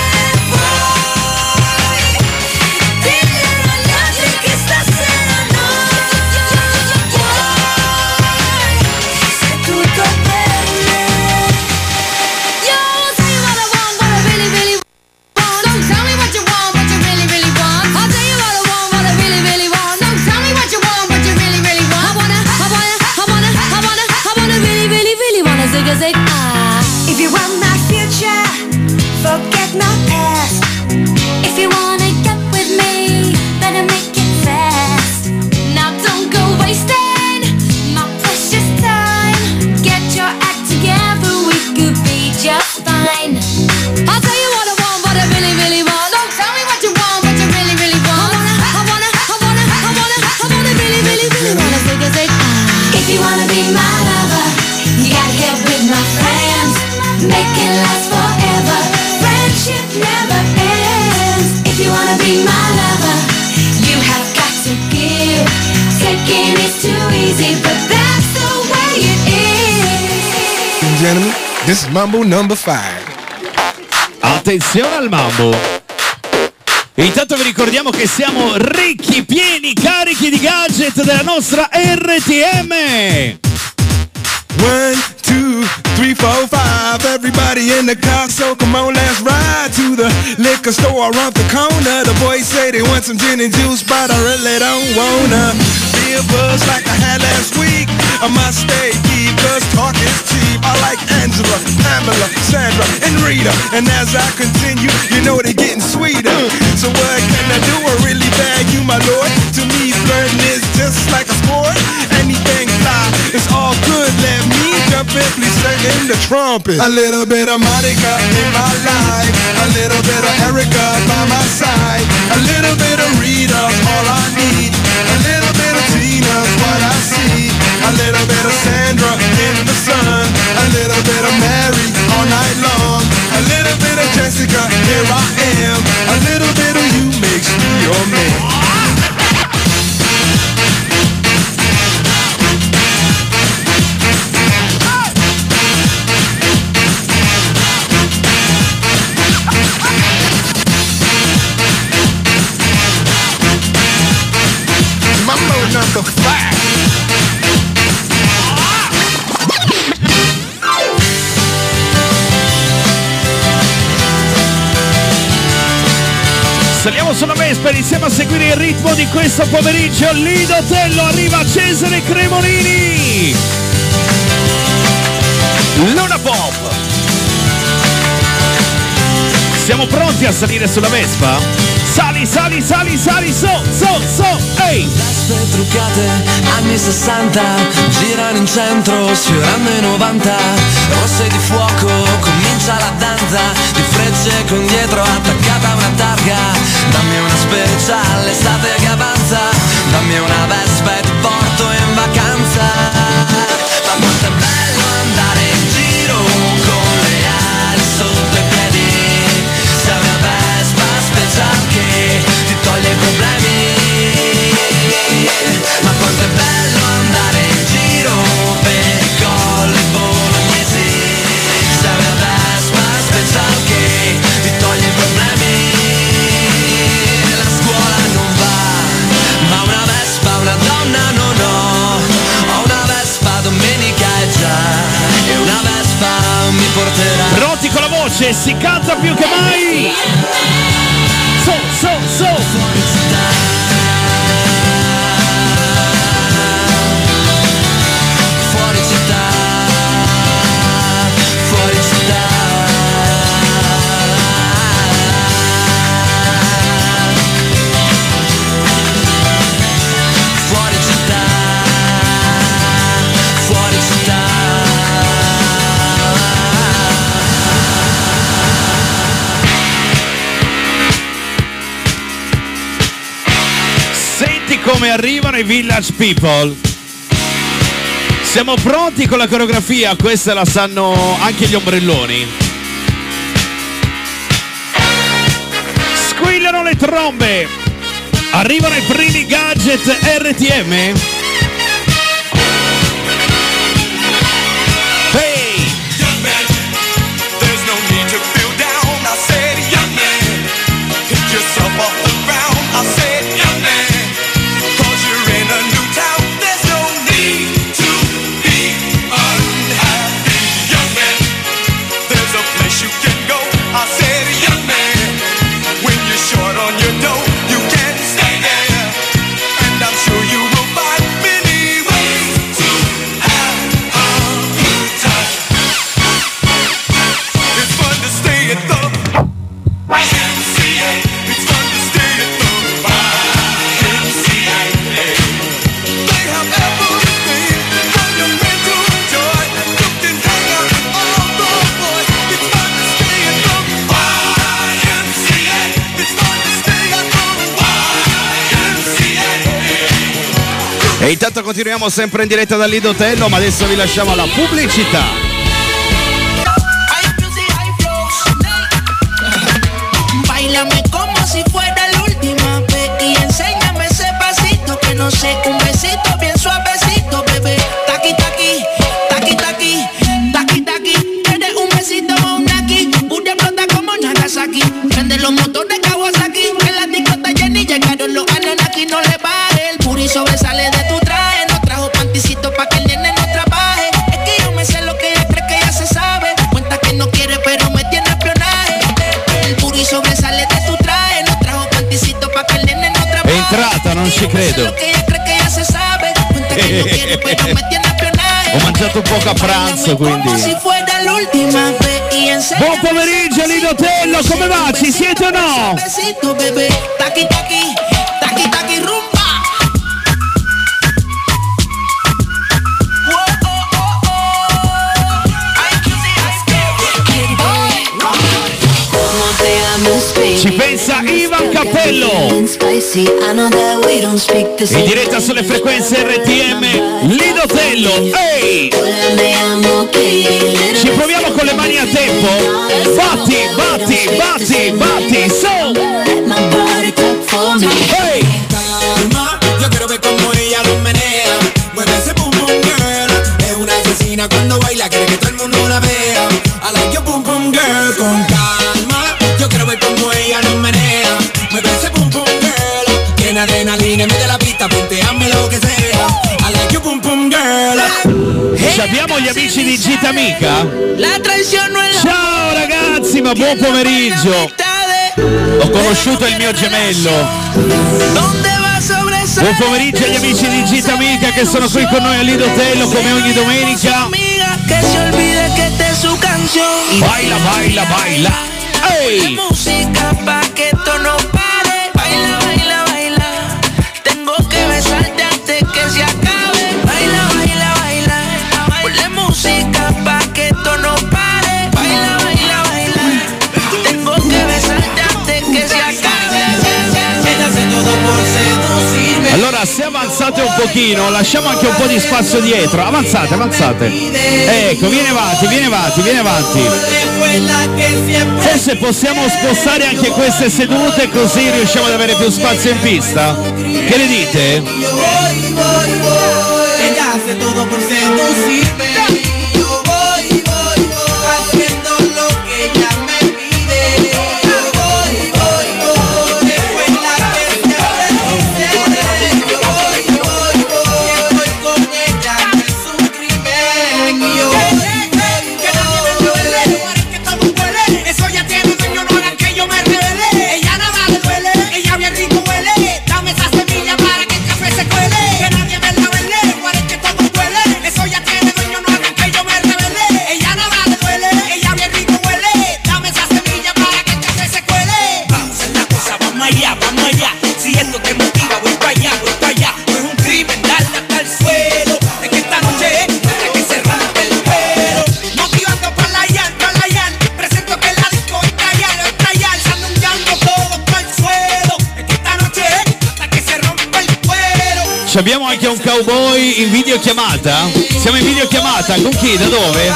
Diglielo agli altri che stasera non puoi, se tutto per me. Yo, I'll tell you what I want, what I really, really want. Don't tell me what you want, what you really, really want. I'll tell you what I want, what I really, really want. Don't tell me what you want, what you really, really want. I wanna really, really say ah. If you want my future, forget my past. If you wanna get with me, better make it fast. Now don't go wasting my precious time. Get your act together, we could be just fine. I'll tell you what I want, what I really, really want. Don't tell me what you want, what you really, really want. I wanna really, really, really wanna say ah. If you wanna be my lover, you gotta get with my friends. Make it last forever. Friendship never ends. If you wanna be my lover, you have got to give. Taking is too easy, but that's the way it is. Gentlemen, this is Mambo number 5. Attenzione al mambo. Intanto vi ricordiamo che siamo ricchi, pieni, carichi di gadget della nostra RTM. 1, 2, 3, 4, 5. Everybody in the car, so come on, let's ride to the liquor store around the corner. The boys say they want some gin and juice, but I really don't wanna be a buzz like I had last week. I must stay deep, cause talk is cheap. I like Angela, Pamela, Sandra, and Rita. And as I continue, you know they're getting sweeter. So what can I do? I really bag you, my lord. To me, flirting is just like a sport. Anything fly, it's all good. Let me jump in, please sing the trumpet. A little bit of Monica in my life, a little bit of Erica by my side, a little bit of Rita's all I need, a little bit of Tina's what I see, a little bit of Sandra in the sun, a little bit of Mary all night long, a little bit of Jessica, here I am, a little bit of you makes me your man. Number 5. Saliamo sulla Vespa, iniziamo a seguire il ritmo di questo pomeriggio. Lido Tello, arriva Cesare Cremonini. Luna Pop. Siamo pronti a salire sulla Vespa? Sali, sali, sali, sali, so, ehi! Vespe truccate, anni 60, girano in centro, sfiorando i 90, rosse di fuoco, comincia la danza, di frecce con dietro attaccata a una targa, dammi una speciale, estate che avanza, dammi una Vespa e ti porto in vacanza, ma quanto è bello andare in giro con le ali sotto i piedi, sei una Vespa speciale che ti toglie i problemi, ma quanto è bello andare in giro per i colli bolognesi, sei una Vespa speciale che ti toglie i problemi, la scuola non va, ma una Vespa, una donna non ho, ho una Vespa domenica è già, e una Vespa mi porterà. Pronti con la voce, si canta più che mai! So! Fuori città, fuori città, fuori città, fuori città, fuori città. Come arrivano i Village People. Siamo pronti con la coreografia, questa la sanno anche gli ombrelloni. Squillano le trombe. Arrivano i primi gadget RTM. Hey! Young man, there's no need to feel down. I said, young man, pick yourself off the ground. I said, young man, short on your dough, you can't stay there, and I'm sure you will find E intanto continuiamo sempre in diretta dal Lido Tello, ma adesso vi lasciamo alla pubblicità. Báilame como si fuera la última vez y enséñame ese pasito que no sé, un besito bien suavecito, bebé. Taqui taqui, taqui taqui, taqui taqui. Eres un besito o un aquí, una explota como Nagasaki. Prende los motores Kawasaki, que la disco está llena y llegaron los Anunnaki. No le baje, el puri sobresale de tu traje. No trajo panticito pa' que el nene no trabaje. Es que yo me sé lo que ella cree que ya se sabe. Cuenta que no quiere pero me tiene espionaje. El puri sobresale de tu traje. No trajo panticito pa' que el nene no trabaje. È entrata, non ci credo. Ho mangiato poco a pranzo, quindi. Buon pomeriggio Lido Tello, come va? Ci siete o no? Taqui taqui, taqui taqui rumba. Ci pensa Ivan Cappello, in diretta sulle frequenze RTM Lido Tello. Ehi! Ci proviamo con le mani a tempo. Batti, batti, batti, batti, so! Ehi! Calma, yo quiero ver como ella lo menea. Mueve ese pum pum girl. Es una asesina cuando baila, quiere que todo el mundo la vea. I like your pum pum girl. Con calma, yo quiero ver como ella lo menea. Mueve ese pum pum girl. Tiene adrenalina en vez de la pista, punteame lo que sea. I like your pum pum girl. Ci abbiamo gli amici di Gita Amica? La traiciono en la Ciao ragazzi, ma buon pomeriggio. Ho conosciuto il mio gemello. Buon pomeriggio agli amici di Gita Amica che sono qui con noi a Lido Tello come ogni domenica. Baila, baila, baila. Ehi! Música pa' que esto no pare. Baila, baila, baila. Tengo que besarte antes que se acabe. Baila, baila, baila. Ponle música pa' que esto no pare. Baila, baila, baila. Tengo que besarte antes que se acabe. Ella hace todo por seducirme. Allora se avanzate un pochino, lasciamo anche un po' di spazio dietro. Avanzate, avanzate. Ecco, viene avanti, viene avanti, viene avanti. Forse possiamo spostare anche queste sedute così riusciamo ad avere più spazio in pista? Che ne dite? Ella hace todo por seducirme. Yo voy, haciendo lo que ella me pide. Yo voy, después la que se abre. Yo voy, estoy con ella, no es un crimen. Yo Que nadie me duele, que todo huele. Eso ya tiene dueño, no hagan que yo me revele. Ella nada le duele, ella bien rico huele. Dame esa semilla para que el café se cuele. Que nadie me la vele, que todo huele. Eso ya tiene dueño, no hagan que yo me revele. Ella nada le duele, ella bien rico huele. Dame esa semilla para que el café se cuele. Vamos a hacer la cosa, vamos allá, vamos allá. Si esto te motiva, voy para allá, voy para allá. No es un crimen, dale hasta el suelo. En esta noche hasta que se rompe el pelo. Motivando para la yan, presento que la disco está ya, anunciando todo para el suelo. En esta noche hasta que se rompe el cuero. Ci abbiamo anche un cowboy in videochiamata? Siamo in videochiamata, con chi? Da dove?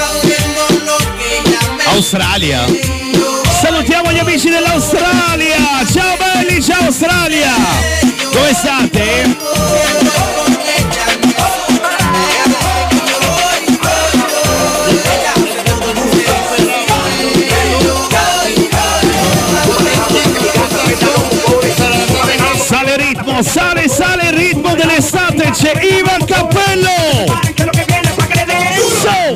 Australia. Salutiamo gli amici dell'Australia! Ciao belli, ciao Australia! Come state? Sale il ritmo, sale il ritmo dell'estate, c'è Ivan Cappello! So!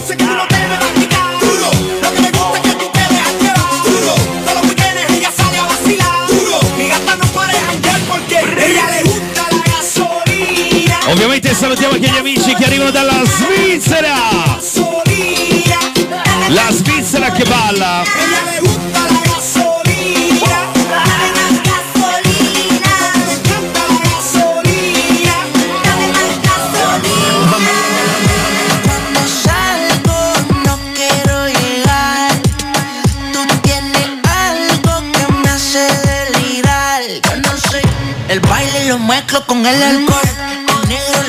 Ovviamente salutiamo anche gli amici che arrivano dalla Svizzera! La Svizzera che balla! El baile lo mezclo con el alcohol. El negro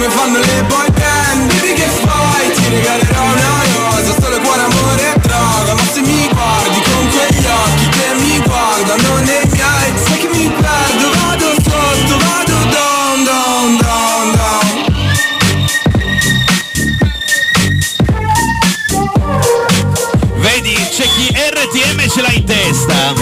RTM ce l'hai in testa.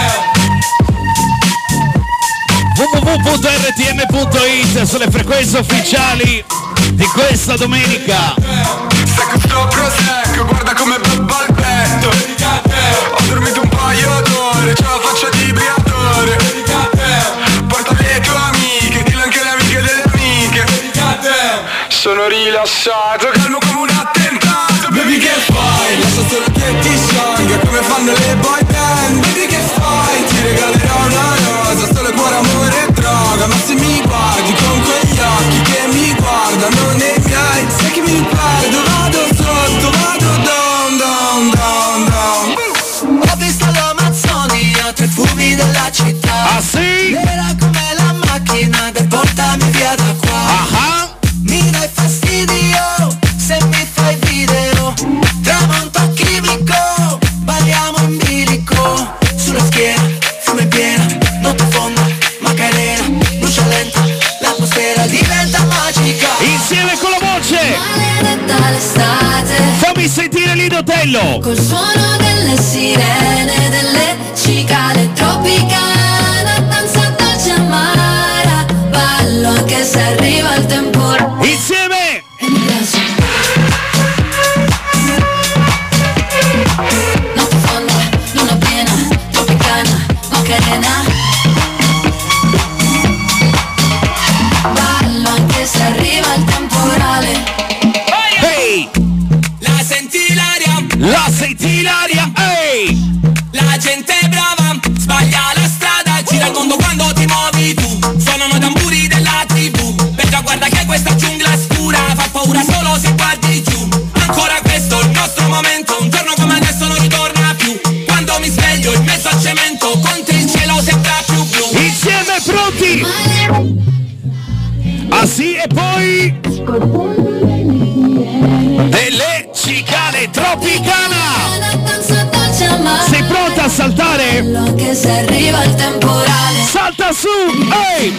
www.rtm.it sulle frequenze ufficiali di questa domenica. Secco sto prosecco, guarda come bebba il petto. Ho dormito un paio d'ore, c'ho la faccia di briatore. Porta le tue amiche, dillo anche le amiche delle amiche. Sono rilassato, calmo come un attentato. Baby che fai? Lascia solo che ti scioglie come fanno le boy band. Baby che fai? Ti regalerò una rosa, solo cuore, amore e droga. Ma se mi guardi con quegli occhi che mi guardano nei miei, sai che mi perdo, vado sotto, vado down, down, down, down. Ho visto l'Amazzonia tra i fumi della città. Ah sì? Era come la macchina che portami via da qua. Mi dai fastidio se mi fai video. Tramonto chimico, balliamo in bilico. Sulla schiena, fiume piena, notte fonda, Macarena. Luce lenta, l'atmosfera diventa magica. Insieme con la voce. Maledetta l'estate, Fammi sentire l'Idotello. col suono delle sirene, delle cicale tropicana, danza dolce amara, ballo anche se arriva il temporale. Insieme. E mi piace. Notte fonda, luna piena, tropicana, Macarena. Ballo anche se arriva il temporale. Hey, La senti l'aria, la senti l'aria. Ehi, la gente è brava, sbaglia la strada, gira il mondo quando ti muovi tu. Suonano i tamburi della TV, Petra guarda che questa giungla scura fa paura solo se guardi giù. Ancora questo è il nostro momento, un giorno come adesso non ritorna più. Quando mi sveglio in mezzo al cemento, contro il cielo sembra più blu. insieme pronti. Ah sì, e poi delle cicale tropicana. Danza dolce amara, Sei pronta a saltare? ballo anche se arriva il temporale. Salta su. Ehi,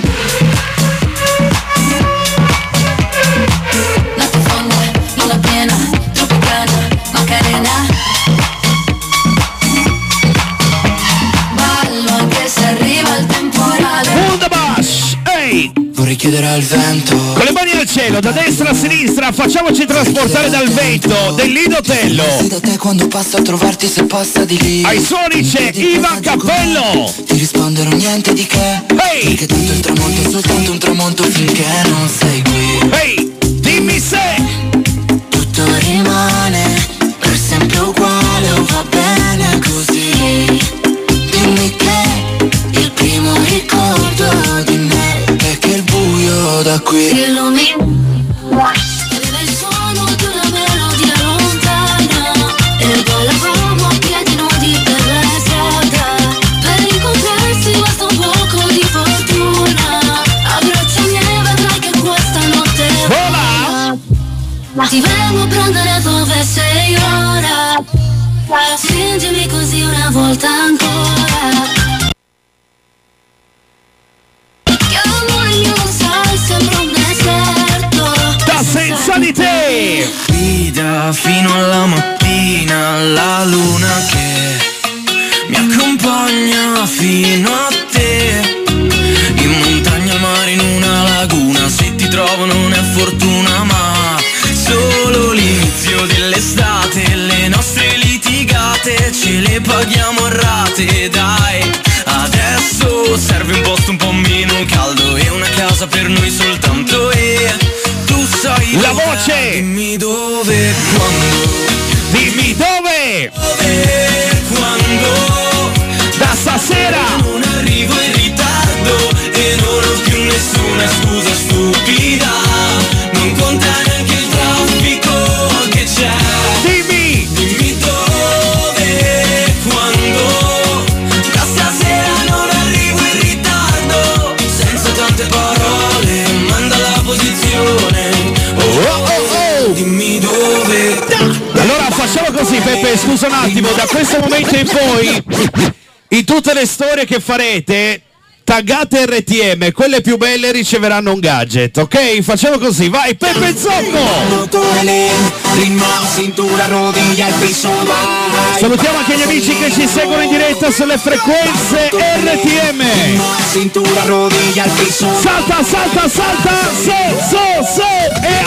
Notte fonda, luna piena, tropicana, Macarena. Ballo anche se arriva il temporale. Wunderbash. Ehi, Vorrei chiedere al vento. con le mani al cielo, da destra a sinistra, facciamoci trasportare dal vento dell'Idotello. Sei da te quando passo a trovarti se passa di lì. Ai suoni c'è Ivan Cappello. Ti risponderò niente di che. Ehi, Perché tanto il tramonto è soltanto un tramonto finché non sei qui. ehi, dimmi se. Tutto rimane per sempre uguale o va bene così. Dimmi che il primo ricordo di me è che il buio da qui Si illumina ed è il suono di una melodia lontana. E ballavamo a piedi nudi per la strada. Per incontrarsi basta un poco di fortuna. Abbracciami e vedrai che questa notte Vola. ti vengo a prendere dove sei ora. Spingimi così una volta ancora. Chiamo il mio sal, sembra un deserto. Da senza di te. Guida fino alla mattina la luna che mi accompagna fino a te. In montagna, al mare, in una laguna. Se ti trovo non è fortuna ma solo l'inizio dell'estate. Le nostre litigate ce le paghiamo a rate. Dai, adesso serve un posto un po' meno caldo e una casa per noi soltanto. E tu sai La dov'è? voce. Dimmi dove, quando. Dimmi dove. Dove, quando. Da stasera. Non arrivo in ritardo e non ho più nessuna scusa stupida. Non conta neanche il traffico che c'è. Dimmi. Dimmi dove, quando. Da stasera non arrivo in ritardo. Senza tante parole, manda la posizione. Dimmi dove. Allora facciamo così, Peppe, scusa un attimo, da questo momento in poi, in tutte le storie che farete, taggate RTM, quelle più belle riceveranno un gadget, ok? Facciamo così, vai Pepe Zocco! Salutiamo anche gli amici che ci seguono in diretta sulle frequenze RTM. Salta, salta, salta, so, e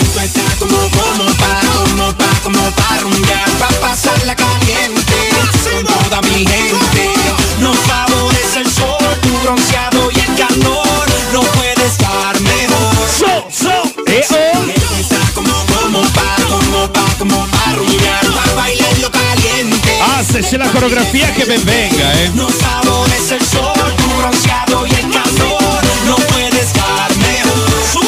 como para rumbear, pa' pasarla caliente con toda mi gente. Nos favorece el sol, tu bronceado y el calor, no puede estar mejor. Está como pa' rumbear, pa' bailarlo caliente. Ah, se c'è la coreografia che ben venga, Nos favorece el sol, tu bronceado y el calor, no puede estar mejor.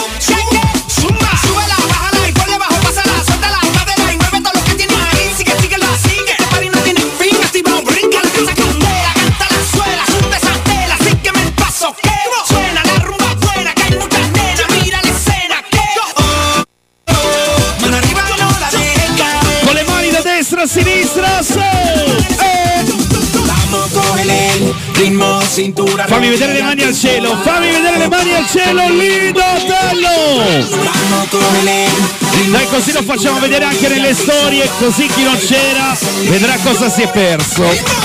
Sinistra, fammi vedere le mani al cielo, Lido Tello. Dai, così lo facciamo vedere anche nelle storie, così chi non c'era vedrà cosa si è perso.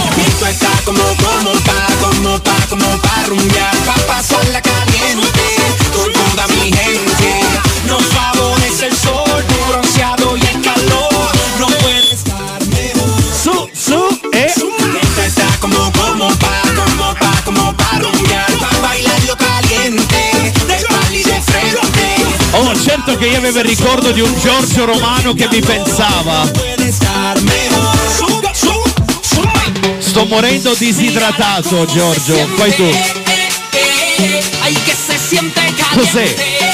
Nos favorece el sol, tu bronceado y el calor, no puede estar mejor. Está como pa' rumbear, pa' bailarlo caliente, de espalda y de frente. Oh, certo che io avevo il ricordo di un Giorgio Romano che mi pensava. Sto morendo disidratato, Giorgio, poi tu. Cos'è?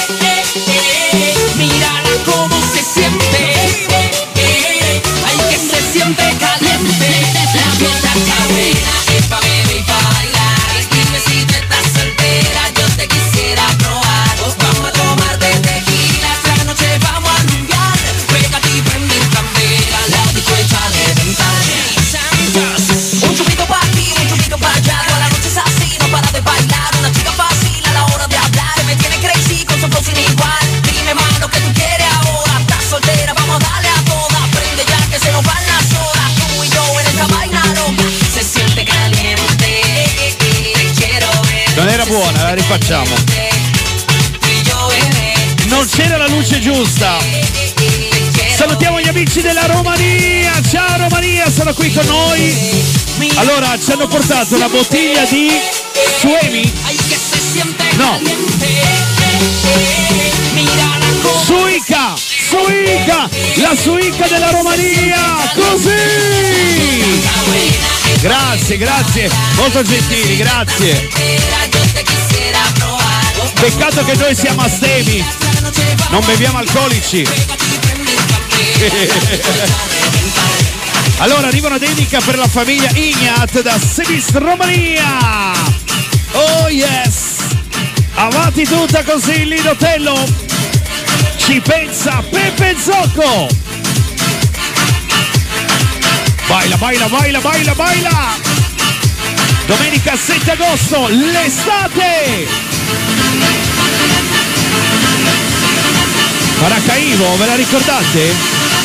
Mírala como se siente, ay que se siente caliente. La fiesta está buena, es pa' beber y pa' bailar. Dime si tú estás soltera, yo te quisiera probar. Vamos a tomar de tequila, esta noche vamos a rumbear. Pégate y prende candela, la disco hecha a reventar. Un chupito pa' aquí, un chupito pa' allá, toda la noche es así, no para de bailar. Una chica fácil a la hora de hablar, me tiene crazy con su flow sin igual. Dime más lo que tú quieres ahora, estás soltera, vamos a darle a toda. Prende ya que se nos van las horas, tú y yo en esta vaina loca. Se siente caliente, te quiero ver. Non era buona, la rifacciamo. Non c'era la luce giusta. Salutiamo gli amici della Romania. Ciao Romania, sono qui con noi. Allora, ci hanno portato la bottiglia di Suemi. No. Suica, la Suica della Romania. Così. Grazie, molto gentili, grazie. Peccato che noi siamo astemi, non beviamo alcolici. Allora arriva una dedica per la famiglia Ignat da Sevis Romania. Oh yes, avanti tutta così, Lido Tello. Ci pensa Pepe Zocco. Baila. Domenica 7 agosto, l'estate. Maracaibo, ve la ricordate?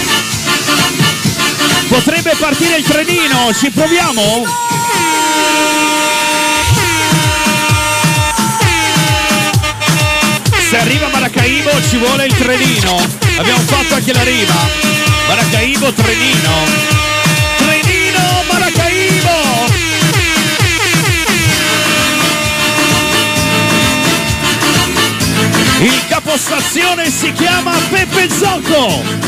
Potrebbe partire il trenino, ci proviamo? Se arriva Maracaibo ci vuole il trenino. Abbiamo fatto anche la rima. Maracaibo, trenino. Trenino, Maracaibo. Il capostazione si chiama Pepe Zocco.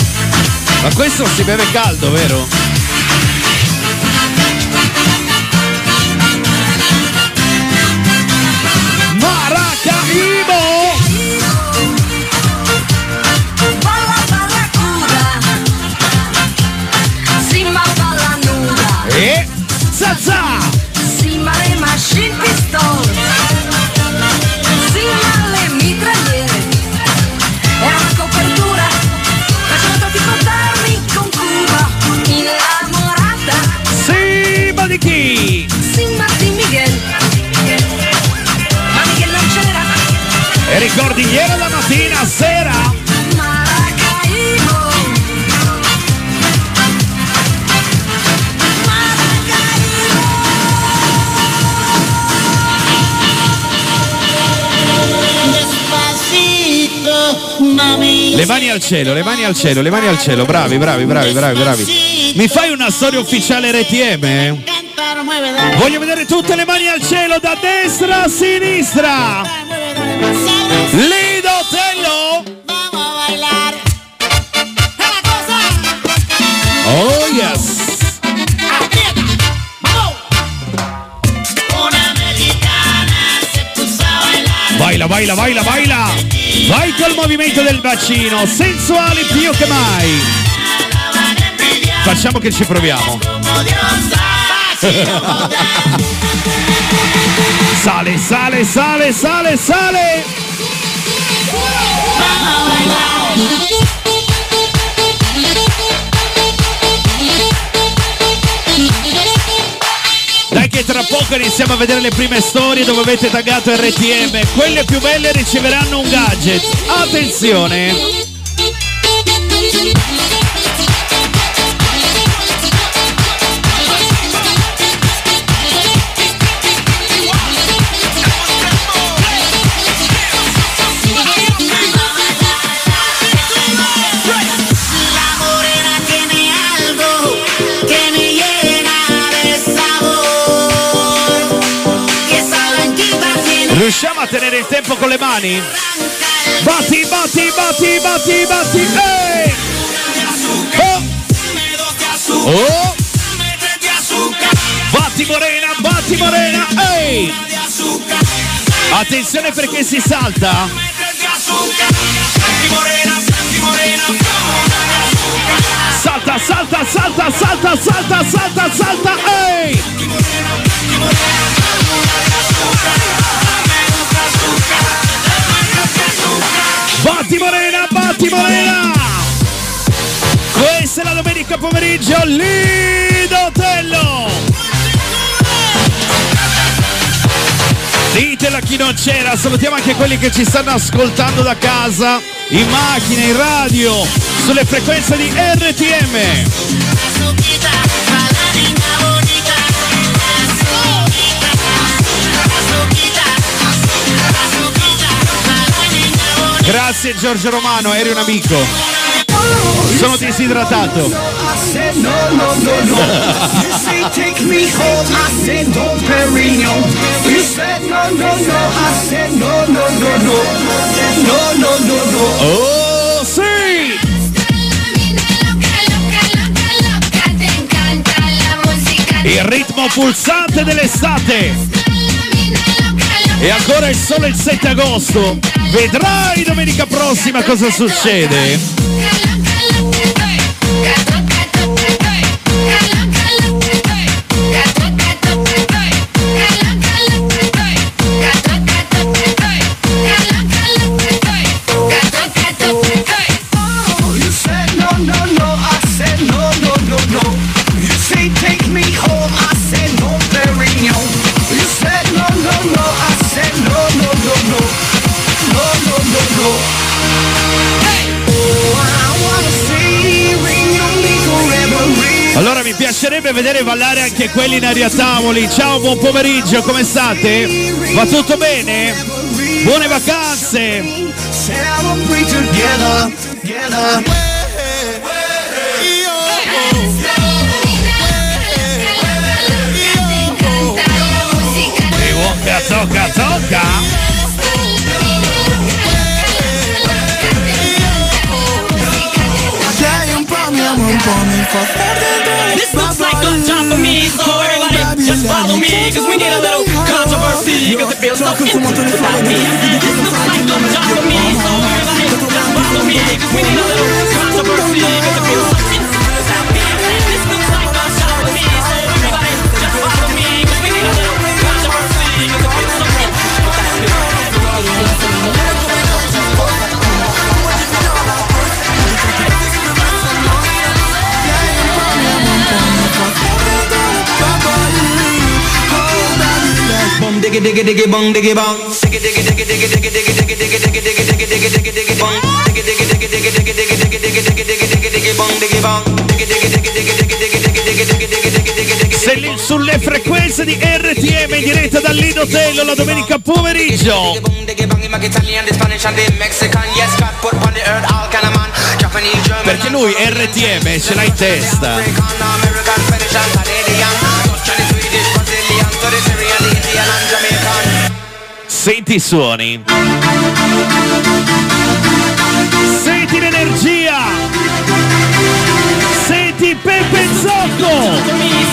Ma questo si beve caldo, vero? Le mani al cielo, le mani al cielo, le mani al cielo. Bravi, bravi, bravi, bravi, bravi. Mi fai una storia ufficiale RTM? Voglio vedere tutte le mani al cielo da destra a sinistra. Lido Tello. Oh yes. Baila, baila, baila, baila. Vai col movimento del bacino, sensuali più che mai. Facciamo che ci proviamo. Sale, sale, sale, sale, sale. Dai che tra poco iniziamo a vedere le prime storie dove avete taggato RTM. Quelle più belle riceveranno un gadget. Attenzione! Riusciamo a tenere il tempo con le mani? Batti, batti, batti, batti, batti. Ehi! Oh! Oh! Batti Morena, ehi! Attenzione perché si salta. Salta, salta, salta, salta, salta, salta, salta, ehi! Batti Morena, batti Morena! Questa è la domenica pomeriggio, Lido Tello! Ditelo a chi non c'era, salutiamo anche quelli che ci stanno ascoltando da casa, in macchina, in radio, sulle frequenze di RTM. Grazie Giorgio Romano, eri un amico. Sono disidratato. Oh sì! Il ritmo pulsante dell'estate. E ancora il sole il 7 agosto. Vedrai domenica prossima cosa succede. Allora mi piacerebbe vedere ballare anche quelli in aria tavoli. Ciao, buon pomeriggio, come state? Va tutto bene? Buone vacanze! Tocca, tocca! This looks like a job for me, so everybody just follow me, cause we need a little controversy, cause it feels so intimate without me. This looks like a job for me, so everybody just follow me, cause we need a little controversy, cause it feels so intimate without me. This looks like a job for me, so everybody just follow me, cause we need a little controversy, cause it feels so intimate without me. diggy diggy diggy bong diggy bong diggy diggy diggy diggy diggy diggy diggy diggy diggy diggy diggy diggy diggy diggy bong diggy diggy diggy diggy diggy diggy diggy diggy diggy diggy diggy diggy bong diggy bong diggy diggy diggy diggy diggy diggy diggy diggy diggy diggy diggy diggy. Sei sulle frequenze di RTM in diretta dal Lido Tello la domenica pomeriggio. make Italian, the Spanish and the Mexican. Yes, God put on the earth all kind of man. Japanese, German. Perché lui RTM ce l'ha in testa. American, Spanish and Canadian. Chinese, Swedish, Brazilian, to the Syrian, the Indian and Jamaican. Senti i suoni. Senti l'energia. Senti Pepe Zocco.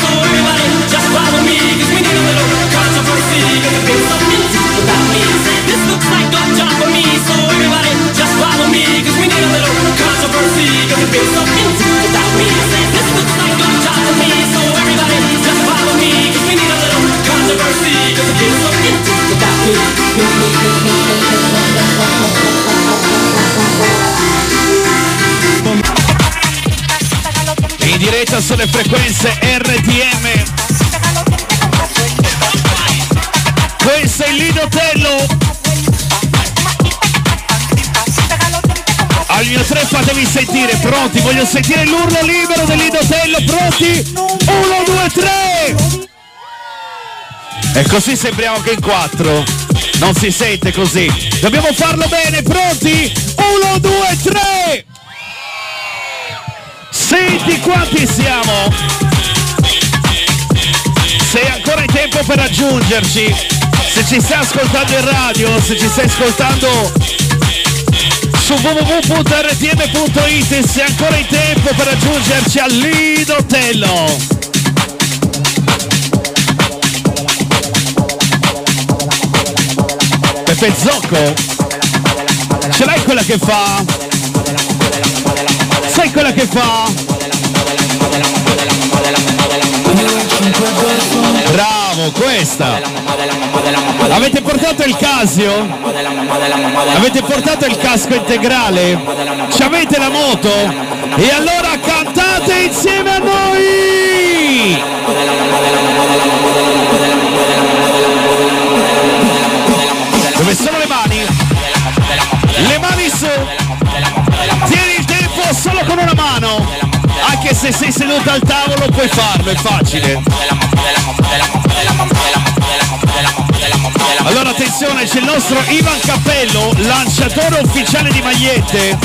In diretta sulle frequenze RTM. Questo è il Lido Tello. Al mio 3 fatevi sentire, pronti? Voglio sentire l'urlo libero del Lido Tello, pronti? 1, 2, 3! E così sembriamo che in 4. Non si sente così. Dobbiamo farlo bene, pronti? 1, 2, 3! Senti quanti siamo! Sei ancora in tempo per raggiungerci. Se ci stai ascoltando in radio, se ci stai ascoltando su www.rtm.it, sei ancora in tempo per raggiungerci al Lido Tello. Pepe Zocco, ce l'hai quella che fa? Sai quella che fa? Bravo, questa. Avete portato il Casio? Avete portato il casco integrale? Ci avete la moto? E allora cantate insieme a noi! Dove sono le mani? Le mani su! Tieni il tempo solo con una mano! Anche se sei seduto al tavolo puoi farlo, è facile. Allora attenzione, c'è il nostro Ivan Cappello, lanciatore ufficiale di magliette.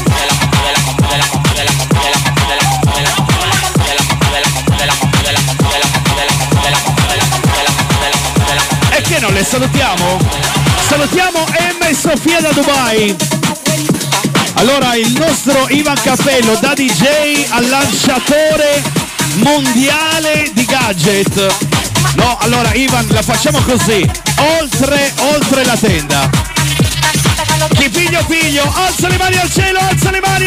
E che non le salutiamo? Salutiamo Emma e Sofia da Dubai. Allora il nostro Ivan Cappello da DJ al lanciatore mondiale di gadget. No, allora Ivan la facciamo così, oltre la tenda. Chi piglio, alza le mani al cielo, alza le mani!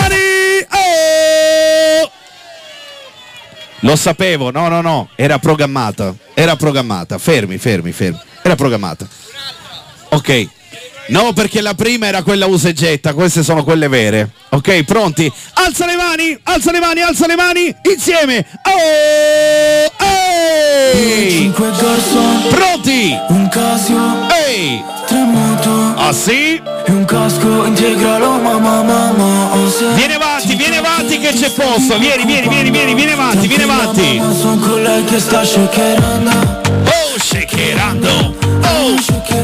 Oh! Lo sapevo, no, era programmata, fermi, era programmata. Ok. No, perché la prima era quella usa e getta, queste sono quelle vere. Ok, pronti? Alza le mani, insieme! Oh! Ehi! Pronti? Un Casio. Ehi! Tre moto. Ah sì? E un casco integrale, mamma. Vieni avanti che c'è posto. Vieni avanti. Sono con lei che sta shakerando. Oh, shakerando. Oh!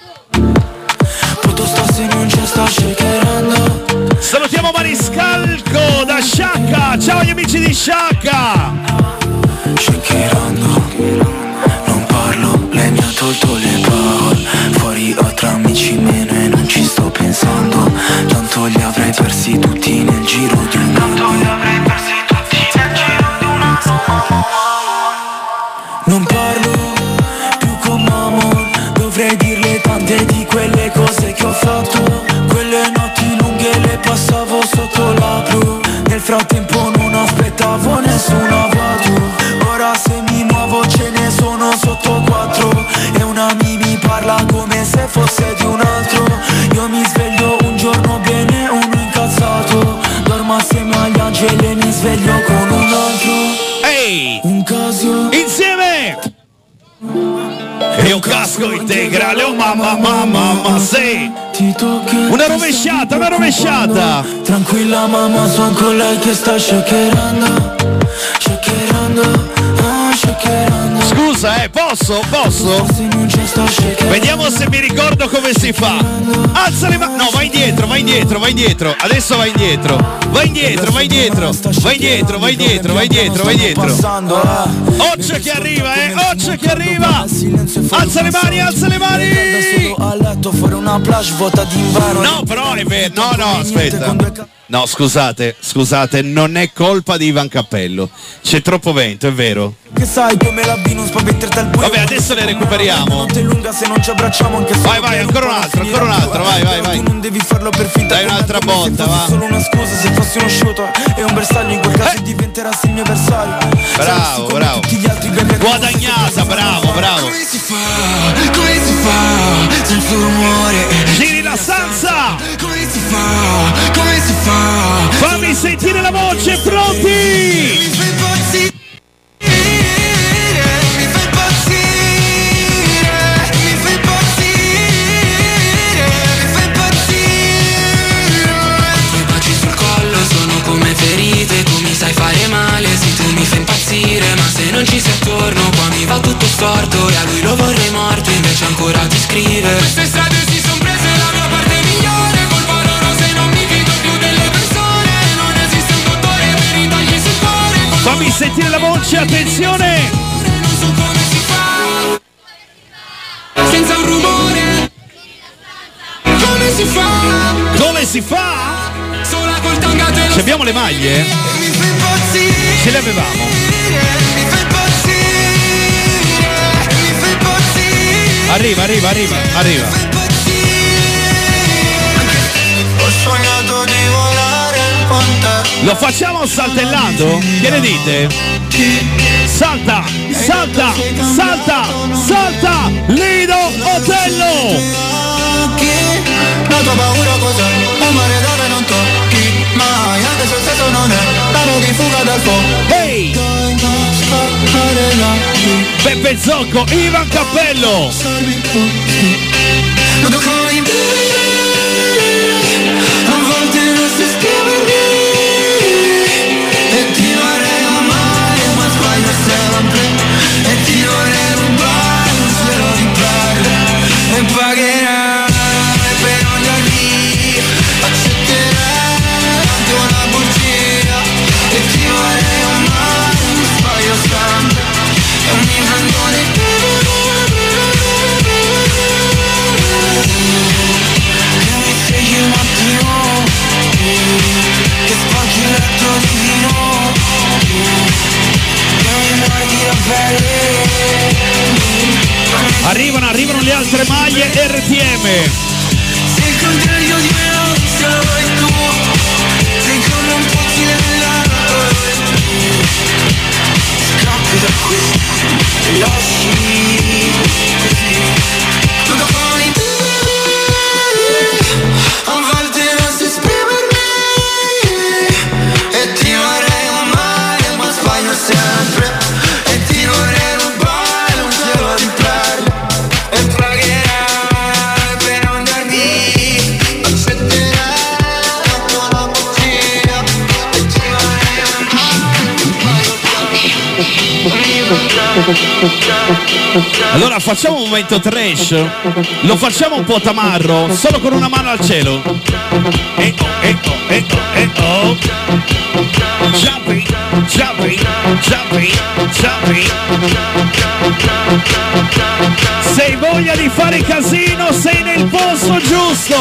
Salutiamo Maniscalco da Sciacca, ciao gli amici di Sciacca. Shakerando, non parlo, lei mi ha tolto le parole. Fuori ho tra amici meno e non ci sto pensando. Tanto li avrei persi tutti nel giro di un anno. Non parlo più con mamma, dovrei dirle tante di quelle cose che ho fatto. Quelle notti lunghe le passavo sotto la blu. Nel frattempo non aspettavo nessuna auto. Ora se mi muovo ce ne sono sotto 4. E una mi parla come se fosse di un altro. Io mi sveglio un giorno bene, uno incazzato. Dormo assieme agli angeli e mi sveglio con un altro. Ehi! Un Casio. Insieme! E un casco integrale, oh mamma, sì! Una rovesciata! Tranquilla mamma, sono con lei che sta shakerando. scusa, posso? Vediamo se mi ricordo come si fa. Alza le mani. No, vai indietro. Adesso vai indietro. Occhio che arriva, occhio che arriva. Alza le mani. A letto fare una plage vuota d'inverno. No, però è vero. No, aspetta. No, scusate, non è colpa di Ivan Cappello. C'è troppo vento, è vero. Che sai come la B non spaventerti al buio. Vabbè, adesso le recuperiamo. Notte lunga se non ci abbracciamo anche solo. Vai, ancora un altro, vai. Tu non devi farlo per finta. Dai un'altra botta, va. Solo una scusa se fossi uno shooter e un bersaglio in quel caso diventerassi il mio avversario. Bravo. Guadagnata, bravo. Come si fa senza rumore? Giri la stanza. Come si fa? Fammi sentire la voce, pronti? Mi fai impazzire. I baci sul collo sono come ferite, tu mi sai fare male, sì tu mi fai impazzire, ma se non ci sei attorno qua mi va tutto storto e a lui lo vorrei morto, invece ancora ti scrive. Queste strade si son prese la mia parte migliore, colpa loro se non mi fido più delle persone, non esiste un dottore per i tagli sul cuore. Fammi sentire la voce, attenzione! Non so come si fa senza un rumore. Come si fa? Sola col tangatelo. Ci abbiamo le maglie? Ce le avevamo. Arriva. Ho sognato di volare con te. Lo facciamo saltellando? Che ne dite? Salta! Lido Otello! La tua paura cos'è? Un mare dove non tocchi mai, anche se il senso non è l'area di fuga dal fuoco. Ehi! Peppe Zocco, Ivan Cappello! A volte non si scrive e ti vorrei amare, ma sbaglio sempre. E ti vorrei rubare un cielo di perle e pagherai per ogni arrivo. Accetterai anche una bugia e ti vorrei amare, ma sbaglio sempre. E ogni canzone che mi svegli il mattino, che spacchi il letto di vino, che mi mordi la pelle. Arrivano le altre maglie RTM. Se il contrario di me non se lo vuoi tu, sei come un fucile nell'acqua. Scappi da qui, lasci così, tutto come tu. A volte non si esprime e ti vorrei amare, ma sbaglio sempre. E ti vorrei rubare un cielo di perle e pagherai per non darmi. Accetterai anche una bugia e ti vorrei Allora facciamo un momento trash. Lo facciamo un po' tamarro, solo con una mano al cielo. Jumping. Se hai voglia di fare casino, sei nel posto giusto.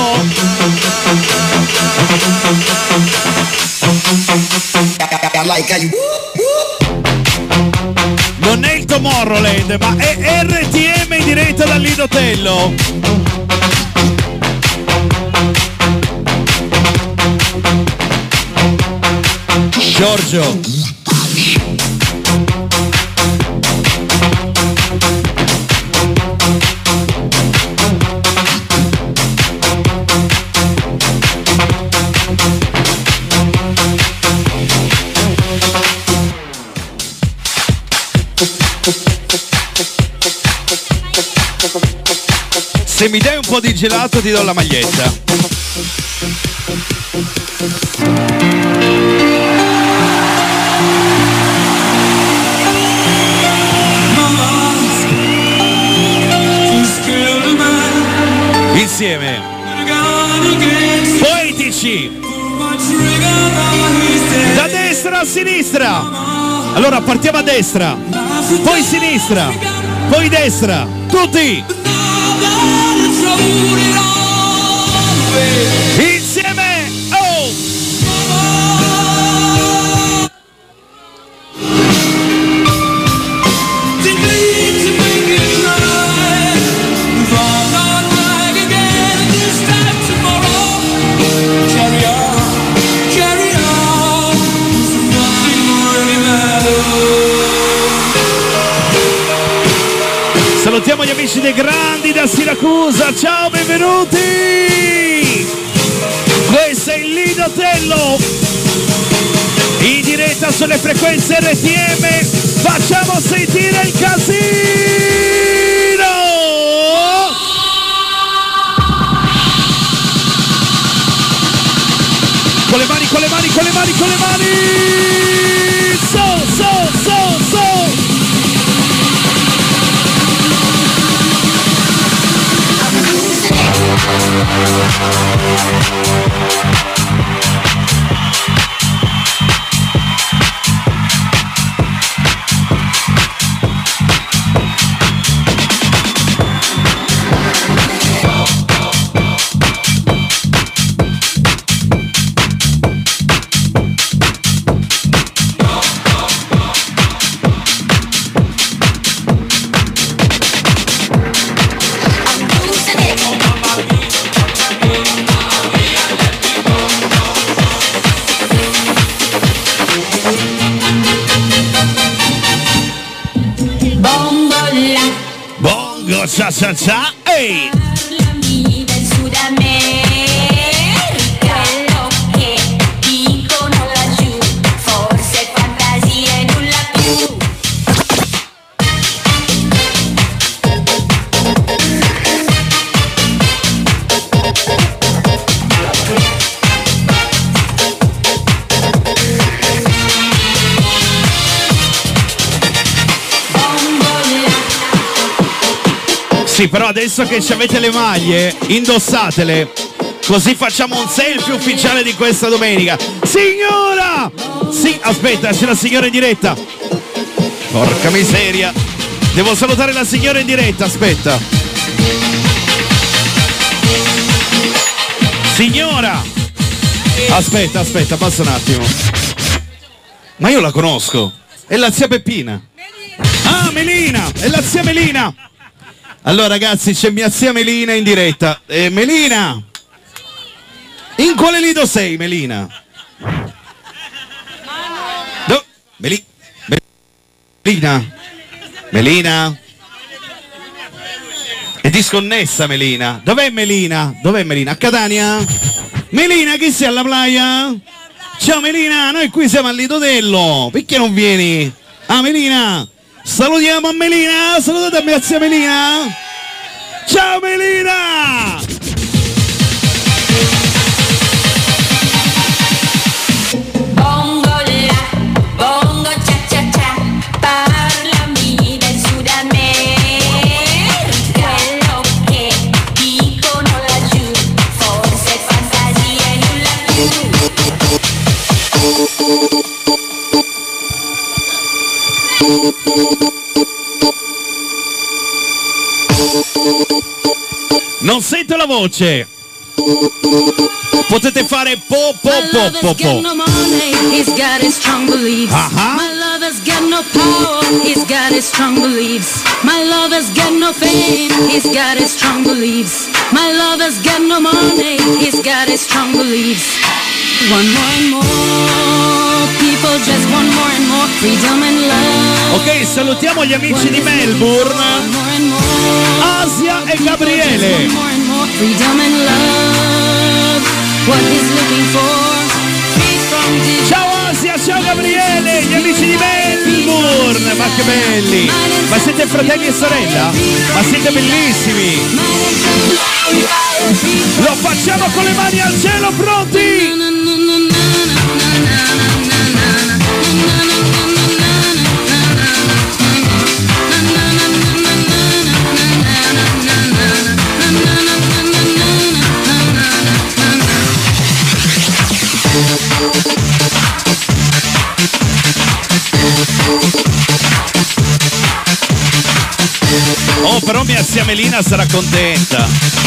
Non è il Tomorrowland, ma è RTM in diretta dal Lido Otello. Giorgio. Se mi dai un po' di gelato ti do la maglietta. destra a sinistra. Allora partiamo a destra, poi sinistra, poi destra, tutti insieme. Oh! Salutiamo gli amici dei Grandi da Siracusa, ciao, benvenuti! Questo è il Lido Tello, in diretta sulle frequenze RTM, facciamo sentire il casino! Con le mani, con le mani, con le mani, con le mani! So, so, so, so! Cha cha cha, ehi! Parlami del Sud America, quello che dicono laggiù, forse fantasia e nulla più. Sì, però adesso che ci avete le maglie, indossatele, così facciamo un selfie ufficiale di questa domenica. Signora! Sì, aspetta, c'è la signora in diretta. Porca miseria. Devo salutare la signora in diretta, aspetta. Signora! Aspetta, aspetta, passa un attimo. Ma io la conosco. È la zia Peppina. Ah, Melina! È la zia Melina! Allora ragazzi, c'è mia zia Melina in diretta. Melina! In quale lido sei, Melina? No. Melina? Melina? È disconnessa Melina. Dov'è Melina? Dov'è Melina? A Catania? Melina, chi sei alla playa? Ciao Melina, noi qui siamo al Lido Tello. Perché non vieni? Ah, Melina! Salutiamo a Melina, salutate a mia zia Melina. Ciao Melina! Bongo la, bongo cha cha cha, parlami del Sud America, quello che dicono laggiù, forse fantasia e nulla più. Non sento la voce. Potete fare po po po po po. No money, he's got his strong beliefs. My lover's got no power, he's got his strong beliefs. My lover's got no fame, he's got his strong beliefs. My lover's got no money, he's got his strong beliefs. One more and more, people just want more and more freedom and love. Ok, salutiamo gli amici di Melbourne. Asia e Gabriele. Freedom and love, what he's looking for. Ciao Asia, ciao Gabriele, gli amici di Melbourne, ma che belli! Ma siete fratelli e sorella? Ma siete bellissimi! Lo facciamo con le mani al cielo, pronti? però mia zia Melina sarà contenta.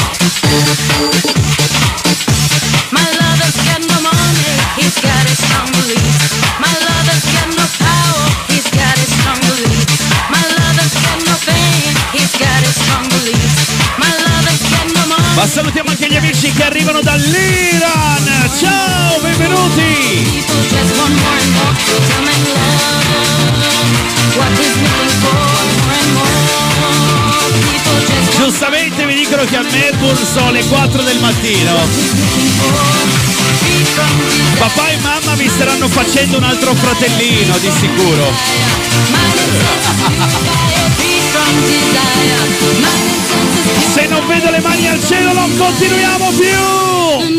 My lover's got no money, he's got his strong beliefs. My lover's got no power, he's got his strong beliefs. My lover's got no fame, he's got his strong beliefs. My lover's got no money. Ma salutiamo anche gli amici che arrivano dall'Iran. Ciao, benvenuti. People just want more and more. Tell me love, what he's looking for, more and more. People just Giustamente mi dicono che a Melbourne sono le 4 del mattino. Papà e mamma mi staranno facendo un altro fratellino di sicuro. Se non vedo le mani al cielo non continuiamo più.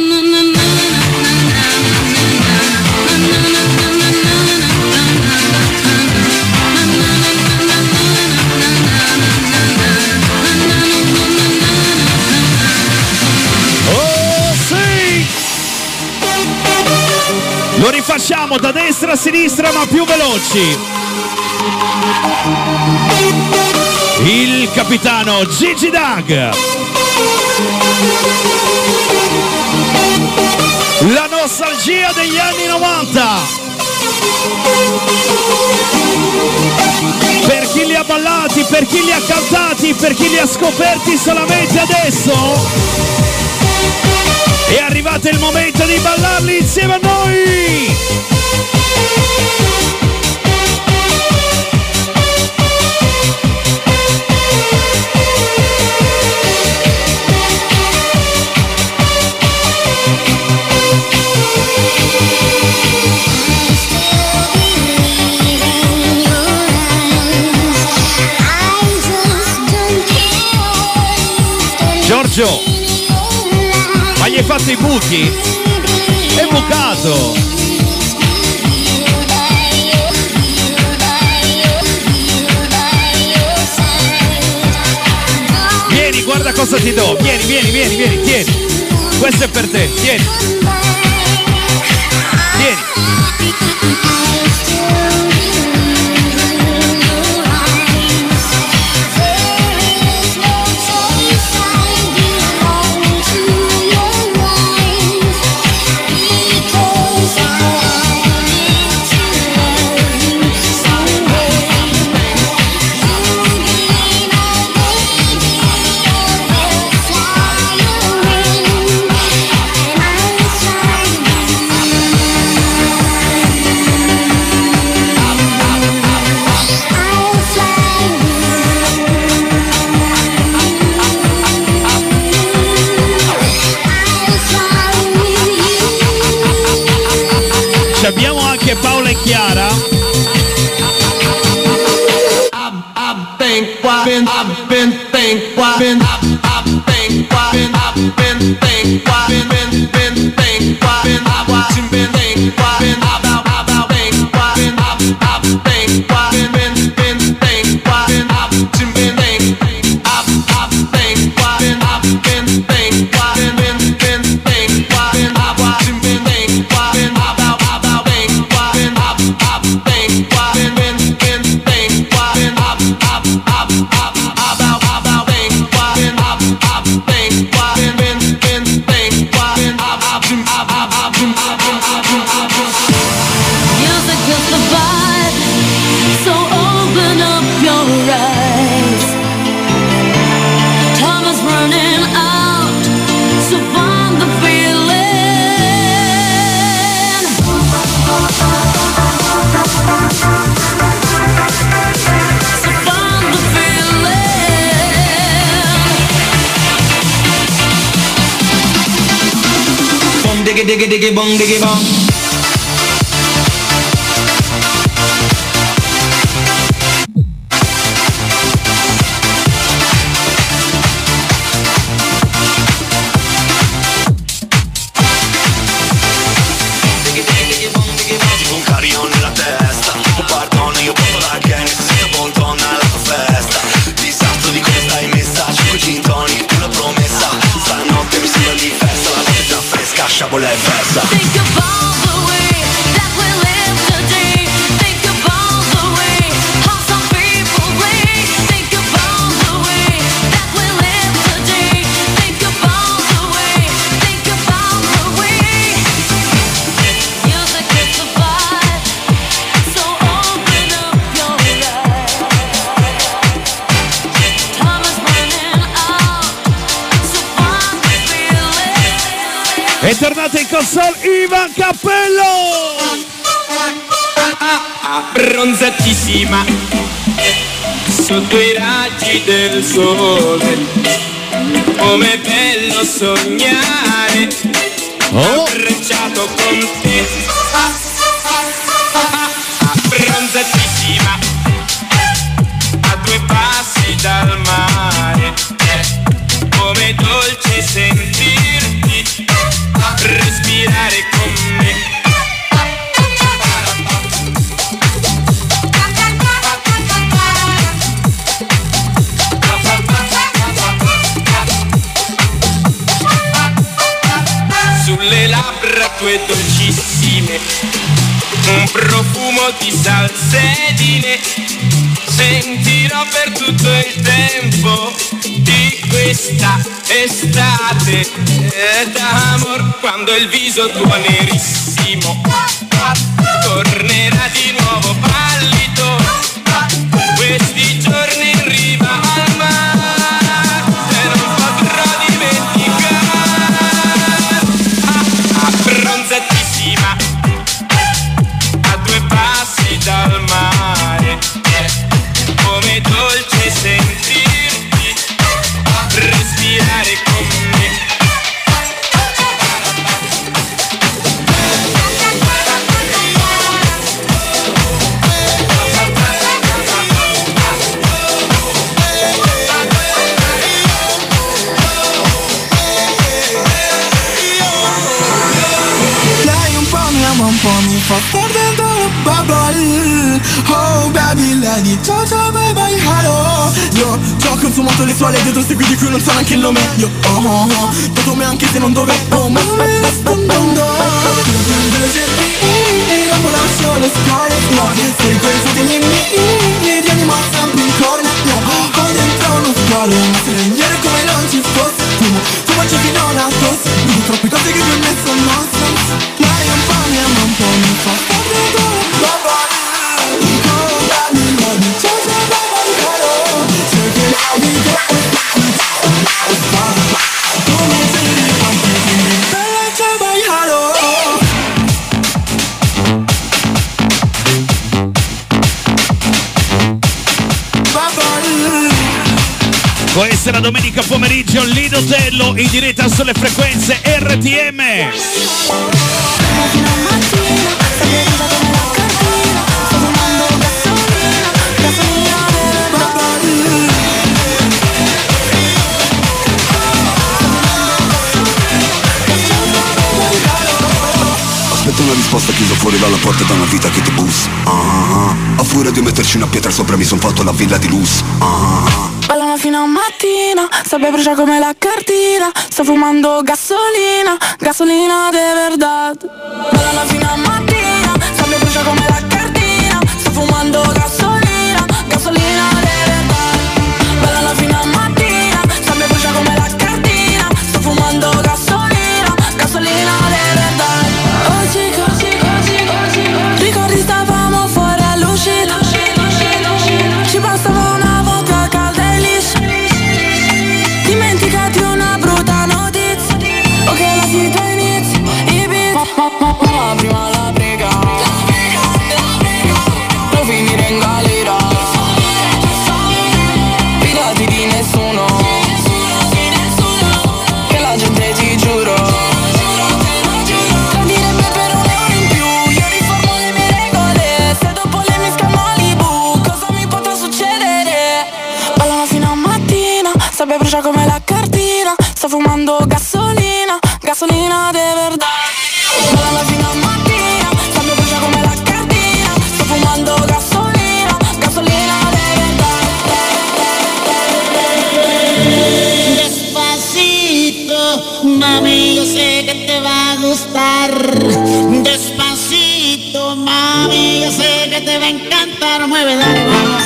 Lo rifacciamo da destra a sinistra ma più veloci. Il capitano Gigi Dag. La nostalgia degli anni 90. Per chi li ha ballati, per chi li ha cantati, per chi li ha scoperti solamente adesso. È arrivato il momento di ballarli insieme a noi! Giorgio! Ma gli hai fatto i buchi? È bucato! Vieni, guarda cosa ti do! Vieni, tieni! Questo è per te, tieni! Tieni! Abbiamo anche Paola e Chiara. diggy diggy bong diggy bong. Un carillon nella testa, un pardon, io porto la gang, senza buon donna alla tua festa. Disastro di come stai messa, 5 gin tonic, una promessa. Stanotte mi sembra di festa, la notte è già fresca, sciabola è versa. Think about Ecosol Ivan Cappello. Bronzatissima sotto i raggi del sole, come bello sognare abbracciato con te. Bronzatissima a 2 passi dal mare, come dolce sentirti respirare con me. Sulle labbra tue dolcissime, un profumo di salsedine, sentirò per tutto il tempo di questa estate d'amor, quando il viso tuo nerissimo tornerà di nuovo pallido, questi giorni in riva al mare e non potrò dimenticare. Bronzatissima a 2 passi dal mare, come dolce sentirti respirare con me. Lei un po' mi ama, un po' mi fa star dentro la bubble. Oh baby, lei di ciao ciao bye bye hello. Io già ho consumato le sue dietro segui di cui non so neanche il nome. Io dato me anche se non dovevo, ma me la sto andando. Dopo lascio le scuole, no, sei quel tuo degli miei di anima sempre in corna. Io ho dentro uno scuole, ma se ieri come non ci fosse. Tu faccio fino alla tosse, dico troppe cose che per me sono nonsense. Lei un po' mi ama, un po' mi fa star dentro la bubble. Oh baby, baby, ciao ciao bye bye hello. Sei che la dico, tu mi tiri quanti quindi bella ciao bye hello. Questa è la domenica pomeriggio, Lido Tello in diretta sulle frequenze RTM. Aspetta una risposta chiuso fuori dalla porta da una vita che ti bussa. A furia di metterci una pietra sopra mi son fatto la villa di lusso. Ballano fino a mattina, sabbia brucia come la cartina. Sto fumando gasolina, gasolina de verdad. Ballano fino a mattina, sabbia brucia come la cartina. Sto fumando gasolina, gasolina de verdad. Ballano fino a mattina, sabbia brucia come la cartina. Sto fumando gasolina, gasolina de verdad. Oh chica, ricordi stavamo fuori all'uscita. Ci bastava una vodka calda e liscia. Dimenticati una brutta notizia, o che la vita inizia. I beat, prima la prega, non finire in galera. Fidati di nessuno, che la gente ti giuro tradirebbe per €1 in più. Io riformo le mie regole, se dopo le mi scammo Malibu, cosa mi potrà succedere? Ballano fino a mattina, sabbia brucia come la cartina. Sto fumando gasolina, gasolina de verdad. Ballano fino a mattina, sabbia brucia come la cartina. Sto fumando gasolina, gasolina de verdad. Despacito, mami, yo sé que te va a gustar. Despacito, mami, yo sé que te va a encantar. Mueve, dale, vamos.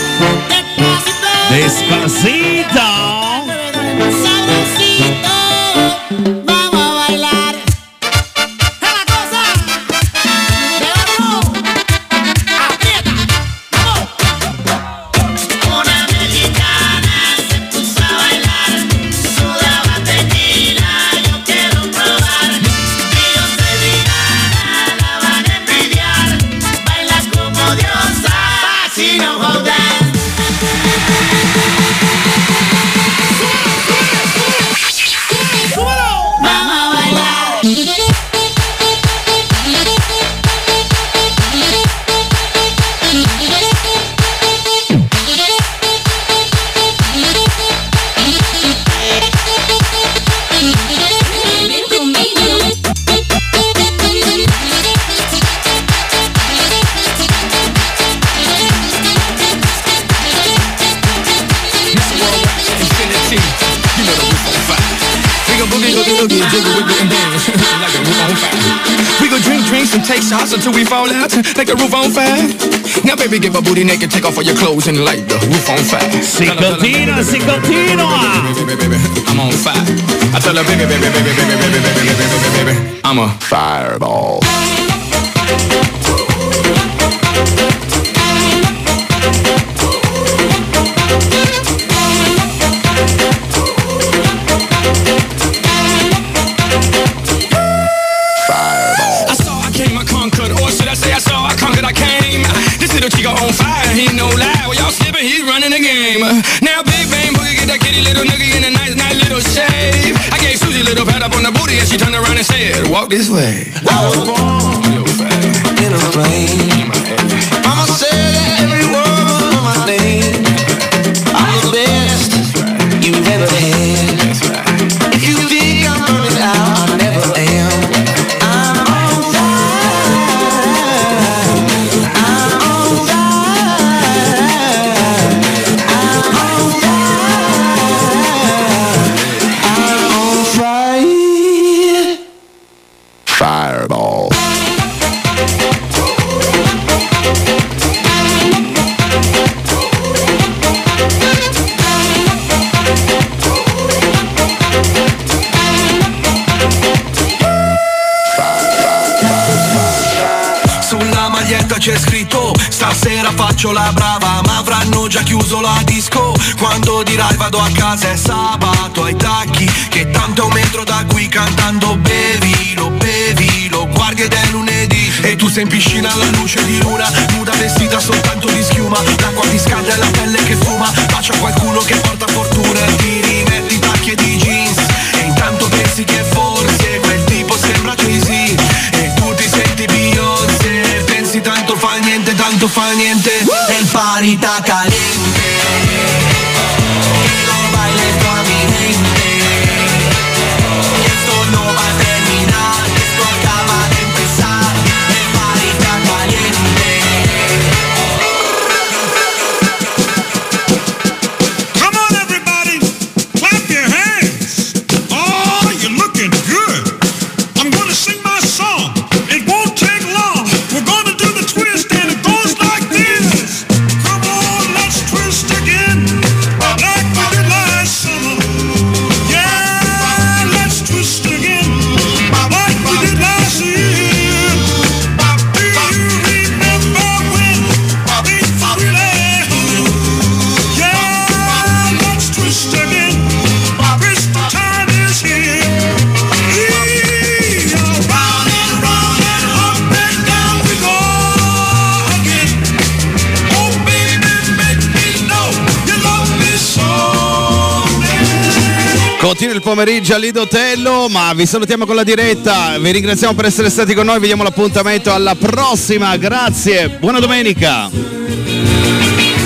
Despacito. Sabrosito, vamos a bailar. Es la cosa de oro. Aprieta, vamos. Una mexicana se puso a bailar, sudaba tequila, yo quiero probar. Y yo se boogie, jiggle, wiggle, and dance like a roof on fire. We go drink drinks and take shots until we fall out like a roof on fire. Now baby, get my booty naked, take off all your clothes and light the roof on fire. Si continua, si continua. I'm on fire. I tell her, baby, baby, baby, baby, baby, baby, baby, baby, I'm a fireball. Chico on fire, he no lie. Well, y'all slipping, he's running the game. Now Big Bang Boogie get that kitty little nigga in a nice little shave. I gave Susie a little pat up on the booty and she turned around and said, walk this way. I was born in a plane. Mama said every word of my name. I'm the best you've ever had. If you think I'm burning out, I never am. Fireball. Sulla maglietta c'è scritto stasera faccio la brava, ma avranno già chiuso la disco. Quando dirai vado a casa è sabato ai tacchi, che tanto è un metro da qui cantando bevilo, bevilo, guardi ed è lunedì e tu sei in piscina alla luce di luna, nuda vestita soltanto di schiuma, l'acqua ti scalda e la pelle che fuma, bacia qualcuno che porta fortuna e ti rimetti i tacchi e di jeans e intanto pensi che forse quel tipo sembra Jay-Z e tu ti senti Beyoncé, pensi tanto fa niente e il party sta caliente e lo bailes con mi gente y esto no va a terminar, esto acaba de empezar, el party está caliente. Come on everybody, clap your hands. Oh, you're looking good. I'm gonna sing my song. It won't take long. We're gonna do the twist and it goes like this. Come on, let's twist again, like we did last summer. Yeah, let's twist again, like we did last year. Do you remember when things really happened? Yeah, let's twist again. Twist the time is here. Round and round and up and down we go again. Oh baby, make me know you love me so. Continua il pomeriggio a Lido Tello, ma vi salutiamo con la diretta, vi ringraziamo per essere stati con noi, vi diamo l'appuntamento alla prossima, grazie, buona domenica.